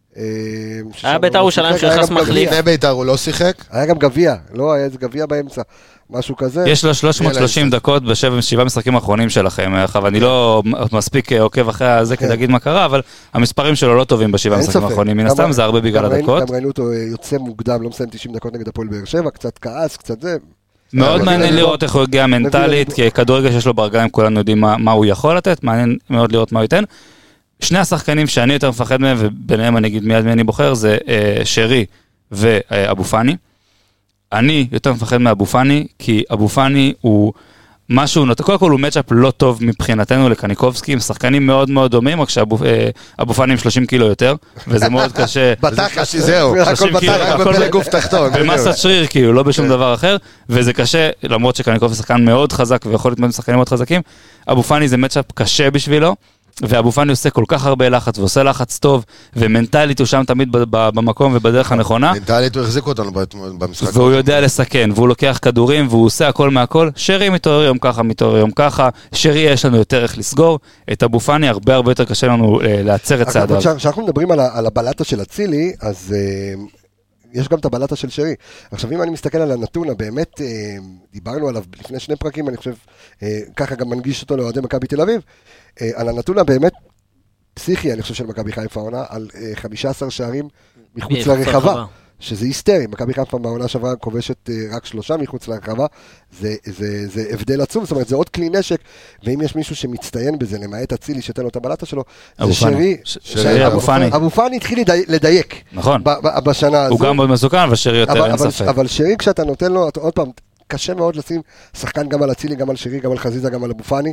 [SPEAKER 3] היה בית"ר ירושלים שנכנס מחליף.
[SPEAKER 4] לפני בית"ר הוא לא שיחק?
[SPEAKER 1] היה גם גביע, לא היה איזה גביע באמצע, משהו כזה.
[SPEAKER 2] יש לו 330 דקות ב7 משחקים האחרונים שלכם, ואני לא מספיק עוקב אחרי זה כדי להגיד מה קרה, אבל המספרים שלו לא טובים ב7 משחקים האחרונים, מן הסתם זה הרבה בגלל הדקות.
[SPEAKER 1] גם ראינו אותו יוצא מוקדם, לא מסיים 90 דקות נגד הפועל באר שבע, קצת כעס, קצת זה.
[SPEAKER 2] מאוד מעניין לראות איך הוא הגיע מנטלית, כי כדורגל שיש לו ברגליים, כולנו יודעים מה הוא יכול לתת, מעניין מאוד לראות מה הוא ייתן. 2 השחקנים שאני יותר מפחד מהם, וביניהם אני אגיד מיד מי אני בוחר, זה שרי ואבו פאני. אני יותר מפחד מאבו פאני, כי אבו פאני הוא משהו, קודם כל הוא מצ'אפ לא טוב מבחינתנו לקניקובסקי, עם שחקנים מאוד מאוד דומים, רק שאבו פאני עם 30 קילו יותר, וזה מאוד קשה.
[SPEAKER 4] בתחת שזהו,
[SPEAKER 2] 30 קילו,
[SPEAKER 4] הכל בגוף תחתון.
[SPEAKER 2] במסת שריר כאילו, לא בשום דבר אחר, וזה קשה, למרות שקניקובסקי שחקן מאוד חזק, ויכול להיות שחקנים מאוד חזקים, אבו פאני זה מצ'אפ קשה בשבילו, ואבו פאני עושה כל כך הרבה לחץ, ועושה לחץ טוב, ומנטלית הוא שם תמיד במקום ובדרך הנכונה.
[SPEAKER 4] מנטלית הוא החזיק אותנו במשחק.
[SPEAKER 2] והוא יודע לסכן, והוא לוקח כדורים, והוא עושה הכל מהכל. שרי מתעורר יום ככה, מתעורר יום ככה. שרי יש לנו יותר איך לסגור. את אבו פאני הרבה יותר קשה לנו לעצר את צעדיו.
[SPEAKER 1] כשאנחנו מדברים על הבלטה של אצילי, אז יש גם את הבלטה של שרי. עכשיו, אם אני מסתכל על הנתון, באמת דיברנו עליו לפני 2 פרקים, אני חושב, ככה גם מנגיש אותו לאוהדי מכבי תל אביב, על הנתון הבאמת פסיכי, אני חושב, של מכבי חיפה העונה, על 15 שערים מחוץ לרחבה, שזה היסטרי. מכבי חיפה בעונה שעברה כובשת רק 3 מחוץ לרחבה, זה הבדל עצום, זאת אומרת, זה עוד כלי נשק, ואם יש מישהו שמצטיין בזה, למעט אצילי שתן לו את הבלטה שלו, זה שרי, אבו פאני התחיל לדייק.
[SPEAKER 2] נכון.
[SPEAKER 1] בשנה הזו.
[SPEAKER 2] הוא גם מאוד מסוכן, אבל שרי יותר אין ספק.
[SPEAKER 1] אבל שרי, כשאתה נותן לו, עוד פעם, קשה מאוד לשים שחקן גם על אצילי, גם על שרי, גם על חזיזה, גם על אבו פאני.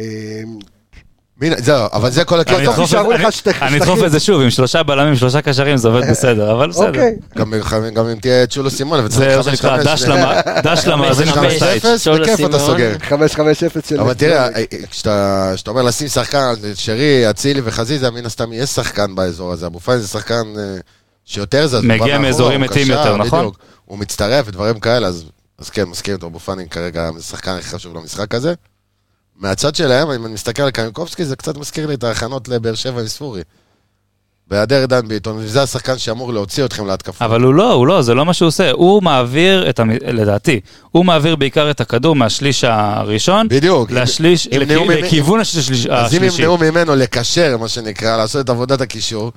[SPEAKER 4] זהו, אבל זה כל הכלל.
[SPEAKER 2] אני אדחוף את זה שוב, עם 3 בלמים, 3 קשרים, זה עובד בסדר, אבל בסדר.
[SPEAKER 4] גם אם תהיה צ'ולו סימון,
[SPEAKER 2] זה מה שנקרא, דש למאזין 5-0,
[SPEAKER 4] בכיף אתה סוגר.
[SPEAKER 1] 5-5-0 של...
[SPEAKER 4] אבל תראה, כשאתה אומר לשים שחקן, שרי, אצילי וחזיזה, מן הסתם יש שחקן באזור הזה, אבו פאני זה שחקן שיותר זה,
[SPEAKER 2] מגיע מאזורים מתים יותר, נכון?
[SPEAKER 4] הוא מצטרף ודברים כאלה, אז כן, מסכים אותו, אבו פאני כרגע זה שחקן הכי חשוב למשחק הזה. מהצד שלהם, אם אני מסתכל על קניקובסקי, זה קצת מזכיר לי את ההכנות לבאר שבע וספורי. בהיעדר דן ביטון, וזה השחקן שאמור להוציא אתכם להתקפה.
[SPEAKER 2] אבל הוא לא, זה לא מה שהוא עושה. הוא מעביר, לדעתי, הוא מעביר בעיקר את הכדור מהשליש הראשון,
[SPEAKER 4] בדיוק.
[SPEAKER 2] לכיוון השלישי.
[SPEAKER 4] אז אם ימנעו ממנו לקשר, מה שנקרא, לעשות את עבודת הקישור,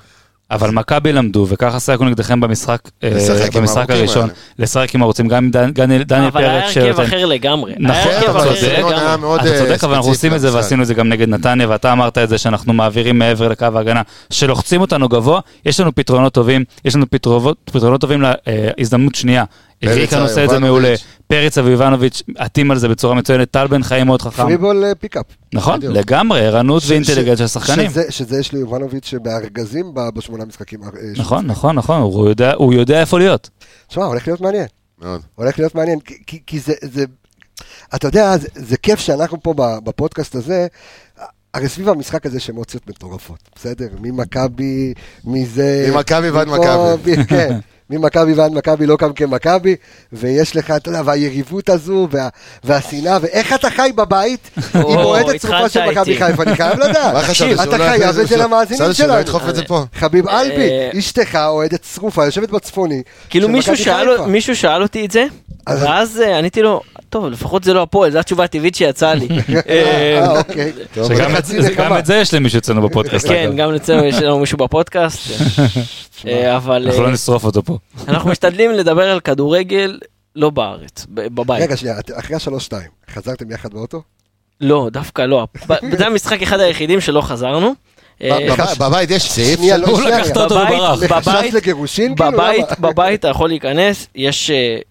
[SPEAKER 2] אבל מכבי למדו, וככה שיחקו נגדכם במשחק הראשון, לשחק עם הערוצים, גם עם דניאל פרץ.
[SPEAKER 3] אבל היה הרכב אחר לגמרי.
[SPEAKER 2] נכון, אתה צודק, אבל אנחנו עושים את זה, ועשינו את זה גם נגד נתניה, ואתה אמרת את זה שאנחנו מעבירים מעבר לקו ההגנה, שלוחצים אותנו גבוה, יש לנו פתרונות טובים, יש לנו פתרונות טובים להזדמנות שנייה. ריקן עושה את זה מעולה, פריצה ויובנוביץ' עטים על זה בצורה מצוינת, טל בן חיים מאוד חכם.
[SPEAKER 1] פריבול פיקאפ.
[SPEAKER 2] נכון, לגמרי, ערנות ואינטליגנט של השחקנים.
[SPEAKER 1] שזה יש ליובנוביץ' בארגזים בשמונה משחקים.
[SPEAKER 2] נכון, הוא יודע איפה להיות.
[SPEAKER 1] תשמע, הולך להיות מעניין. הולך להיות מעניין, כי זה, אתה יודע, זה כיף שאנחנו פה בפודקאסט הזה, הרי סביב המשחק הזה שמוציות מטורפות, בסדר? ממכבי,
[SPEAKER 4] ממכבי ועד מכבי.
[SPEAKER 1] כן. ממכבי ועד מכבי לא קם כמכבי, ויש לך, אתה יודע, והיריבות הזו, והשנאה, ואיך אתה חי בבית, עם מועדת צרופה של מכבי חיפה, אני חייב לדעת. אתה חייב את זה למאזינים שלנו. חביב אלבי, אשתך אוהדת צרופה, יושבת בצפוני.
[SPEAKER 3] כאילו מישהו שאל אותי את זה, ואז עניתי לו, טוב, לפחות זה לא הפועל, זו התשובה הטבעית שיצאה לי.
[SPEAKER 1] אוקיי.
[SPEAKER 2] גם את זה יש למישהו אצלנו בפודקאסט.
[SPEAKER 3] כן, גם אצלנו יש לנו מישהו בפודקאסט. אבל...
[SPEAKER 2] אנחנו לא נשרוף אותו פה.
[SPEAKER 3] אנחנו משתדלים לדבר על כדורגל לא בארץ, בבית.
[SPEAKER 1] רגע, שנייה, אחרי 3-2, חזרתם יחד באוטו?
[SPEAKER 3] לא, דווקא לא. זה המשחק אחד היחידים שלא חזרנו.
[SPEAKER 4] בבית יש סעיף?
[SPEAKER 2] הוא לקח אותו וברח.
[SPEAKER 1] לחשש לגירושין?
[SPEAKER 3] בבית אתה יכול להיכנס, יש...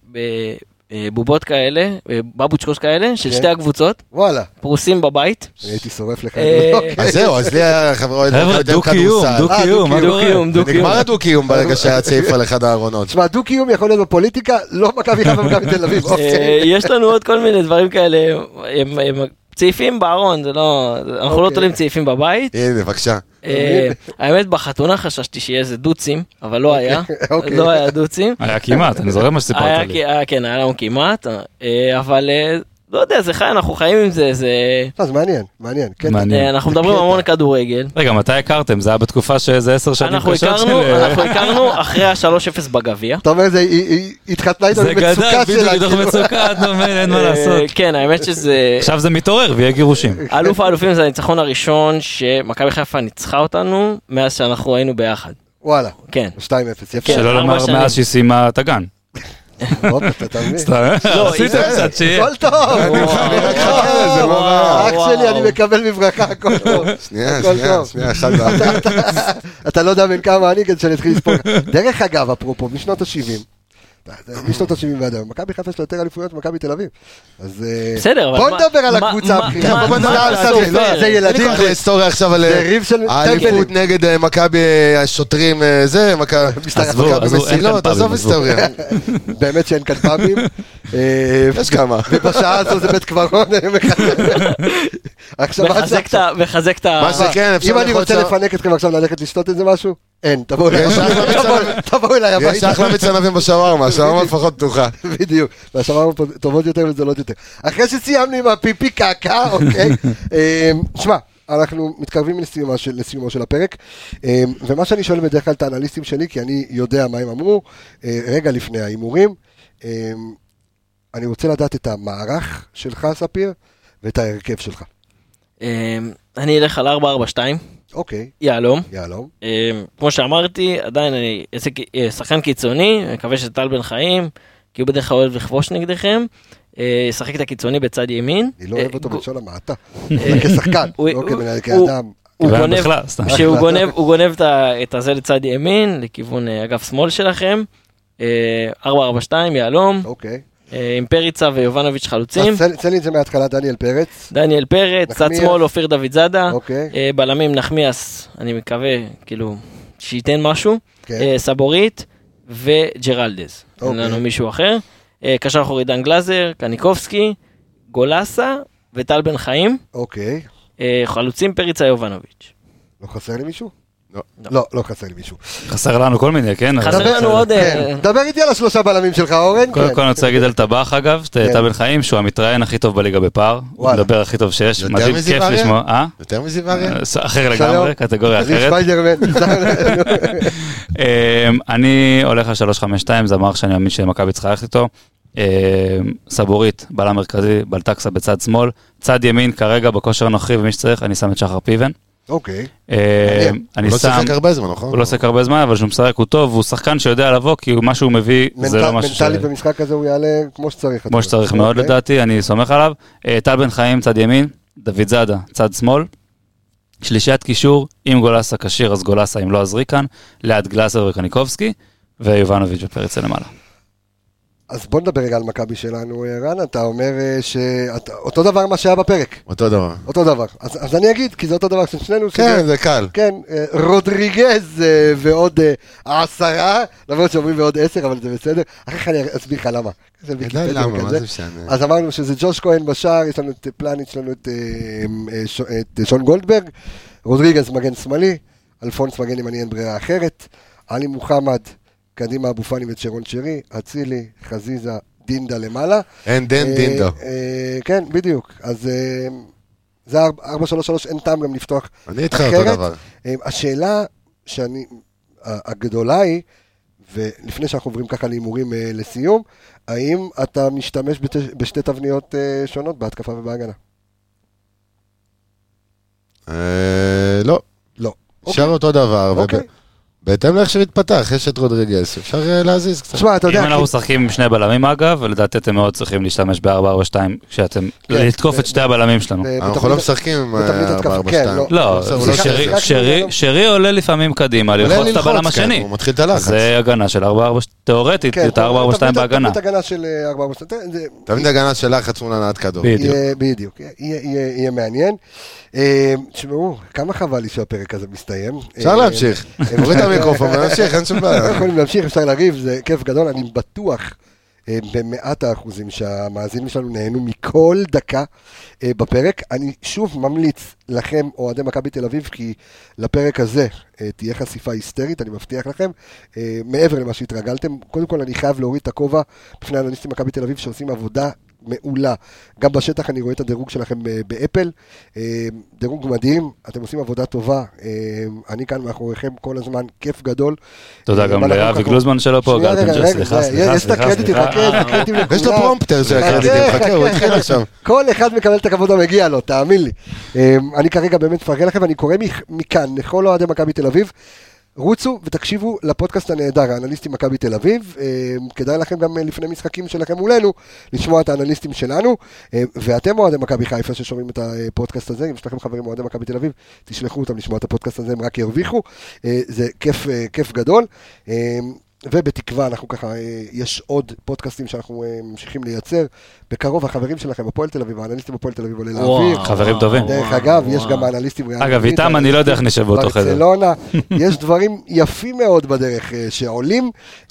[SPEAKER 3] בובות כאלה, בבוצ'קוס כאלה, של שתי הקבוצות.
[SPEAKER 1] וואלה.
[SPEAKER 3] פרוסים בבית.
[SPEAKER 1] אני הייתי שורף לך.
[SPEAKER 4] אז זהו, אז לי החברה...
[SPEAKER 2] דו-קיום.
[SPEAKER 4] נגמר הדו-קיום ברגע שהיה צעיף על אחד הארונות.
[SPEAKER 1] תשמע, דו-קיום יכול להיות בפוליטיקה, לא מכבי חיפה ומכבי תל אביב.
[SPEAKER 3] יש לנו עוד כל מיני דברים כאלה, צעיפים בארון, זה לא... אנחנו לא תולים צעיפים בבית.
[SPEAKER 4] הנה, בבקשה.
[SPEAKER 3] האמת, בחתונה חששתי שיהיה איזה דוצים, אבל לא היה. לא היה דוצים.
[SPEAKER 2] היה כמעט, אני זוכר מה שסיפרת לי.
[SPEAKER 3] כן, היה לנו כמעט, אבל לא יודע, זה חי, אנחנו חיים עם זה, זה...
[SPEAKER 1] אז מעניין.
[SPEAKER 3] אנחנו מדברים המון כדורגל.
[SPEAKER 2] רגע, מתי הכרתם? זה היה בתקופה שזה 10 שנים קשות של...
[SPEAKER 3] אנחנו הכרנו אחרי ה-3-0 בגביע.
[SPEAKER 1] אתה אומר, זה התחתנה איתו במצוקה שלה.
[SPEAKER 2] זה גדל, בדיוק מצוקה, אין מה לעשות.
[SPEAKER 3] כן, האמת שזה...
[SPEAKER 2] עכשיו זה מתעורר ויהיה גירושים.
[SPEAKER 3] אלוף האלופים זה הניצחון הראשון שמכבי חיפה ניצחה אותנו מאז שאנחנו היינו ביחד.
[SPEAKER 1] וואלה.
[SPEAKER 3] כן.
[SPEAKER 1] 2-0, יפה.
[SPEAKER 2] שלא לומר מאז שהיא סיימה את הגן.
[SPEAKER 1] אתה מבין?
[SPEAKER 2] לא, עשיתם קצת שיהיה.
[SPEAKER 1] הכל טוב. אח שלי, אני מקבל מברכה, הכל טוב.
[SPEAKER 4] שנייה,
[SPEAKER 1] אתה לא יודע בין כמה אני כדי שאני אתחיל לספור. דרך אגב, אפרופו, משנות ה-70, משנות ה-70 ועד היום, מכבי חיפה יש לו יותר אליפויות ממכבי תל אביב. אז בוא נדבר על הקבוצה הבכירה, בוא נדבר על זה ילדים.
[SPEAKER 4] אני היסטוריה עכשיו על האליפות נגד מכבי השוטרים, זה, מכבי מסילות, עזוב היסטוריה.
[SPEAKER 1] באמת שאין כאן פאבים.
[SPEAKER 4] יש כמה.
[SPEAKER 1] ובשעה הזו זה בית קברון.
[SPEAKER 3] מחזק את ה...
[SPEAKER 1] אם אני רוצה לפנק אתכם עכשיו ללכת לשתות את זה משהו, אין, תבואו אליי הביתה.
[SPEAKER 4] יש אחלה מצנבים בשווארמה, השווארמה לפחות פתוחה.
[SPEAKER 1] בדיוק, והשווארמה טובות יותר וזולות יותר. אחרי שסיימנו עם הפיפי קקה, אוקיי. שמע, אנחנו מתקרבים לסיומו של הפרק, ומה שאני שואל בדרך כלל את האנליסטים שלי, כי אני יודע מה הם אמרו, רגע לפני האימורים, אני רוצה לדעת את המערך שלך, ספיר, ואת ההרכב שלך.
[SPEAKER 3] אני אלך על 4-4-2.
[SPEAKER 1] אוקיי.
[SPEAKER 3] יעלום.
[SPEAKER 1] יעלום.
[SPEAKER 3] כמו שאמרתי, עדיין אני שחקן קיצוני, אני מקווה שזה טל בן חיים, כי הוא בדרך כלל אוהב לכבוש נגדכם, שחק את הקיצוני בצד ימין.
[SPEAKER 1] אני לא אוהב אותו בלשון המעטה, כשחקן, לא כאדם.
[SPEAKER 3] הוא גונב את הזה לצד ימין, לכיוון אגף שמאל שלכם, 4-4-2, יעלום.
[SPEAKER 1] אוקיי.
[SPEAKER 3] עם פריצה ויובנוביץ' חלוצים.
[SPEAKER 1] תן לי את זה מההתחלה, דניאל פרץ,
[SPEAKER 3] צד שמאל אופיר דוד זאדה,
[SPEAKER 1] אוקיי.
[SPEAKER 3] בלמים נחמיאס, אני מקווה, כאילו, שייתן משהו, סבורית וג'רלדז, אין לנו מישהו אחר, קשר אחורי דן גלזר, קניקובסקי, גולסה וטל בן חיים,
[SPEAKER 1] אוקיי.
[SPEAKER 3] חלוצים פריצה יובנוביץ'.
[SPEAKER 1] לא חסר לי מישהו? לא חסר לי מישהו.
[SPEAKER 2] חסר לנו כל מיני, כן?
[SPEAKER 3] חסר לנו עוד...
[SPEAKER 1] דבר איתי על השלושה בלמים שלך, אורן.
[SPEAKER 2] קודם כל אני רוצה להגיד על טבח, אגב, טל בן חיים, שהוא המתראיין הכי טוב בליגה בפער. הוא מדבר הכי טוב שיש. מדהים, כיף לשמוע.
[SPEAKER 4] יותר מזיווריה?
[SPEAKER 2] אחר לגמרי, קטגוריה אחרת. אני הולך על 3-5-2, זה המערך שאני מאמין שמכבי צריכה ללכת איתו. סבורית, בלם מרכזי, בלטקסה בצד שמאל. צד ימין, כרגע בכושר הנוכחי ומי שצריך, אני שם את שחר פיבן.
[SPEAKER 1] אוקיי.
[SPEAKER 4] הוא לא שיחק הרבה זמן, נכון?
[SPEAKER 2] הוא לא שיחק הרבה זמן, אבל שהוא משחק הוא טוב, והוא שחקן שיודע לבוא, כי מה שהוא מביא, זה לא משהו ש...
[SPEAKER 1] מנטלית במשחק הזה הוא יעלה כמו שצריך.
[SPEAKER 2] כמו שצריך מאוד לדעתי, אני סומך עליו. טל בן חיים, צד ימין, דוד זאדה, צד שמאל. שלישיית קישור, אם גולסה כשיר, אז גולסה, אם לא אז ריקן, ליד גלאזר וקניקובסקי, ויובנוביץ' ופרץ למעלה.
[SPEAKER 1] אז בוא נדבר רגע על מכבי שלנו, רן, אתה אומר שאותו דבר מה שהיה בפרק.
[SPEAKER 4] אותו דבר.
[SPEAKER 1] אותו דבר. אז אני אגיד, כי זה אותו דבר של שנינו.
[SPEAKER 4] כן, זה קל.
[SPEAKER 1] כן, רודריגז ועוד 10, למרות שאומרים ועוד 10, אבל זה בסדר. אחרי כך אני אסביר לך למה.
[SPEAKER 4] למה, מה זה משנה?
[SPEAKER 1] אז אמרנו שזה ג'וש כהן בשער, יש לנו את פלניץ', יש לנו את שון גולדברג, רודריגז מגן שמאלי, אלפונס מגן אם אני אין ברירה אחרת, עלי מוחמד, קדימה אבו פאני וצ'רון שרי, אצילי, חזיזה, דינדה למעלה.
[SPEAKER 4] אין דינדה.
[SPEAKER 1] כן, בדיוק. אז זה 4-3-3, אין טעם גם לפתוח אחרת.
[SPEAKER 4] אני איתך אותו דבר.
[SPEAKER 1] השאלה הגדולה היא, ולפני שאנחנו עוברים ככה להימורים לסיום, האם אתה משתמש בשתי תבניות שונות בהתקפה ובהגנה?
[SPEAKER 4] לא.
[SPEAKER 1] לא.
[SPEAKER 4] אפשר אותו דבר.
[SPEAKER 1] אוקיי.
[SPEAKER 4] בהתאם לאיך שמתפתח, יש את רודריגז, אפשר להזיז קצת.
[SPEAKER 1] תשמע, אתה יודע...
[SPEAKER 2] אם אנחנו משחקים עם שני בלמים אגב, ולדעתי אתם מאוד צריכים להשתמש ב-4-4-2, כשאתם לתקוף את שתי הבלמים שלנו.
[SPEAKER 4] אנחנו לא משחקים עם 4-4-2.
[SPEAKER 2] לא, שרי עולה לפעמים קדימה, ללחוץ את הבלם השני.
[SPEAKER 4] הוא מתחיל את הלחץ.
[SPEAKER 2] זה הגנה של 4-4, תיאורטית, את ה-4-4-2 בהגנה.
[SPEAKER 1] תמיד הגנה של 4-4-2.
[SPEAKER 4] תמיד הגנה של לחץ מול הנעת כדור.
[SPEAKER 1] בדיוק, יהיה מעניין. תשמעו, כמה חבל לי שהפרק הזה מסתיים.
[SPEAKER 4] אפשר להמשיך. הוריד את המיקרופון ונמשיך, אין שום בעיה.
[SPEAKER 1] יכולים להמשיך, אפשר לריב, זה כיף גדול. אני בטוח ב100% שהמאזינים שלנו נהנו מכל דקה בפרק. אני שוב ממליץ לכם, אוהדי מכבי תל אביב, כי לפרק הזה תהיה חשיפה היסטרית, אני מבטיח לכם, מעבר למה שהתרגלתם. קודם כל אני חייב להוריד את הכובע בפני האנליסטים מכבי תל אביב שעושים עבודה מעולה. גם בשטח אני רואה את הדירוג שלכם באפל, דירוג מדהים, אתם עושים עבודה טובה, אני כאן מאחוריכם כל הזמן, כיף גדול.
[SPEAKER 2] תודה גם לאבי גלוזמן שלו פה, סליחה.
[SPEAKER 1] יש את הקרדיטים,
[SPEAKER 4] יש לו פרומפטר של הקרדיטים, חכה, הוא התחיל עכשיו.
[SPEAKER 1] כל אחד מקבל את הכבוד המגיע לו, תאמין לי. אני כרגע באמת מפרגן לכם, ואני קורא מכאן לכל אוהדי מכבי תל אביב, רוצו ותקשיבו לפודקאסט הנהדר, האנליסטים מכבי תל אביב, כדאי לכם גם לפני משחקים שלכם מולנו, לשמוע את האנליסטים שלנו, ואתם אוהדי מכבי חיפה ששומעים את הפודקאסט הזה, אם יש לכם חברים אוהדי מכבי תל אביב, תשלחו אותם לשמוע את הפודקאסט הזה, הם רק ירוויחו, זה כיף גדול, ובתקווה אנחנו ככה, יש עוד פודקאסטים שאנחנו ממשיכים לייצר, בקרוב החברים שלכם בפועל תל אביב, האנליסטים בפועל תל אביב עולה לאוויר.
[SPEAKER 2] חברים טובים.
[SPEAKER 1] דרך אגב, יש גם האנליסטים ריאליים.
[SPEAKER 2] אגב, איתם אני לא יודע איך נשב באותו חדר.
[SPEAKER 1] ברצלונה, יש דברים יפים מאוד בדרך שעולים.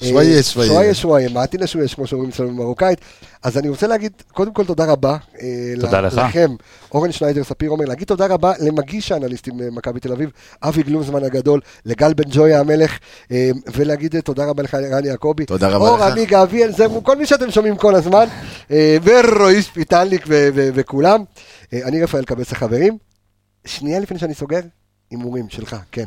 [SPEAKER 1] שוואיה, מעטין לשוואיה, כמו שאומרים אצלנו במרוקאית. אז אני רוצה להגיד, קודם כל תודה רבה.
[SPEAKER 2] תודה לך.
[SPEAKER 1] לכם, אורן שניידר, ספיר עומר, להגיד תודה רבה למגיש האנליסטים מכבי תל אביב, אבי גלוזמן הגדול, לגל בן ג'ויה המלך, ולהגיד תודה רבה לך רני יעקובי.
[SPEAKER 4] תודה רבה לך.
[SPEAKER 1] אור עמיגה, אביאל זמו, כל מי שאתם שומעים כל הזמן, ורואיש פיטנליק וכולם. אני רפאל קבס החברים. שנייה לפני שאני סוגר, הימורים שלך, כן.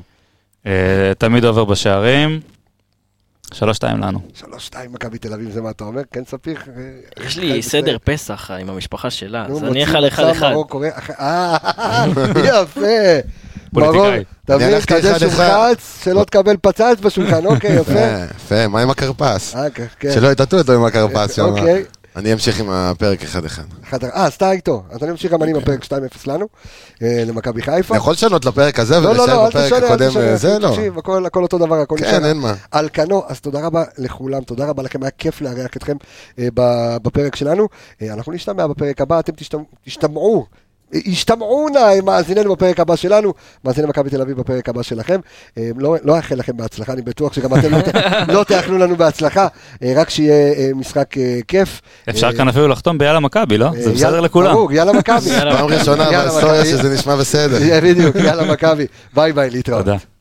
[SPEAKER 2] תמיד עובר בשערים. 3-2 לנו.
[SPEAKER 1] 3-2 מכבי תל אביב, זה מה אתה אומר? כן, ספיר?
[SPEAKER 3] יש לי סדר פסח עם המשפחה שלה, אז אני אחד.
[SPEAKER 1] יפה.
[SPEAKER 2] פוליטיקאי.
[SPEAKER 1] תבין, כזה שוחץ, שלא תקבל פצץ בשולחן, אוקיי, יפה.
[SPEAKER 4] יפה, מה עם הקרפס? שלא יתעטו אותו עם הקרפס.
[SPEAKER 1] אוקיי.
[SPEAKER 4] אני אמשיך עם הפרק 1-1.
[SPEAKER 1] אז אתה איתו. אז אני אמשיך גם אני עם הפרק 2-0 לנו, למכבי חיפה.
[SPEAKER 4] אני יכול לשנות לפרק הזה ולשאר בפרק הקודם. זה לא.
[SPEAKER 1] תקשיב, הכל אותו דבר, הכל
[SPEAKER 4] כן, אין מה.
[SPEAKER 1] על כנו, אז תודה רבה לכולם, תודה רבה לכם, היה כיף לארח אתכם בפרק שלנו. אנחנו נשתמע בפרק הבא, אתם ישתמעו מאזיננו בפרק הבא שלנו, מאזיני מכבי תל אביב בפרק הבא שלכם. לא אאחל לכם בהצלחה, אני בטוח שגם אתם לא תאכלו לנו בהצלחה, רק שיהיה משחק כיף.
[SPEAKER 2] אפשר כאן אפילו לחתום ביאללה מכבי, לא? זה בסדר לכולם.
[SPEAKER 1] ברור, יאללה מכבי.
[SPEAKER 4] פעם ראשונה בהיסטוריה שזה נשמע בסדר.
[SPEAKER 1] בדיוק, יאללה מכבי. ביי ביי, להתראות.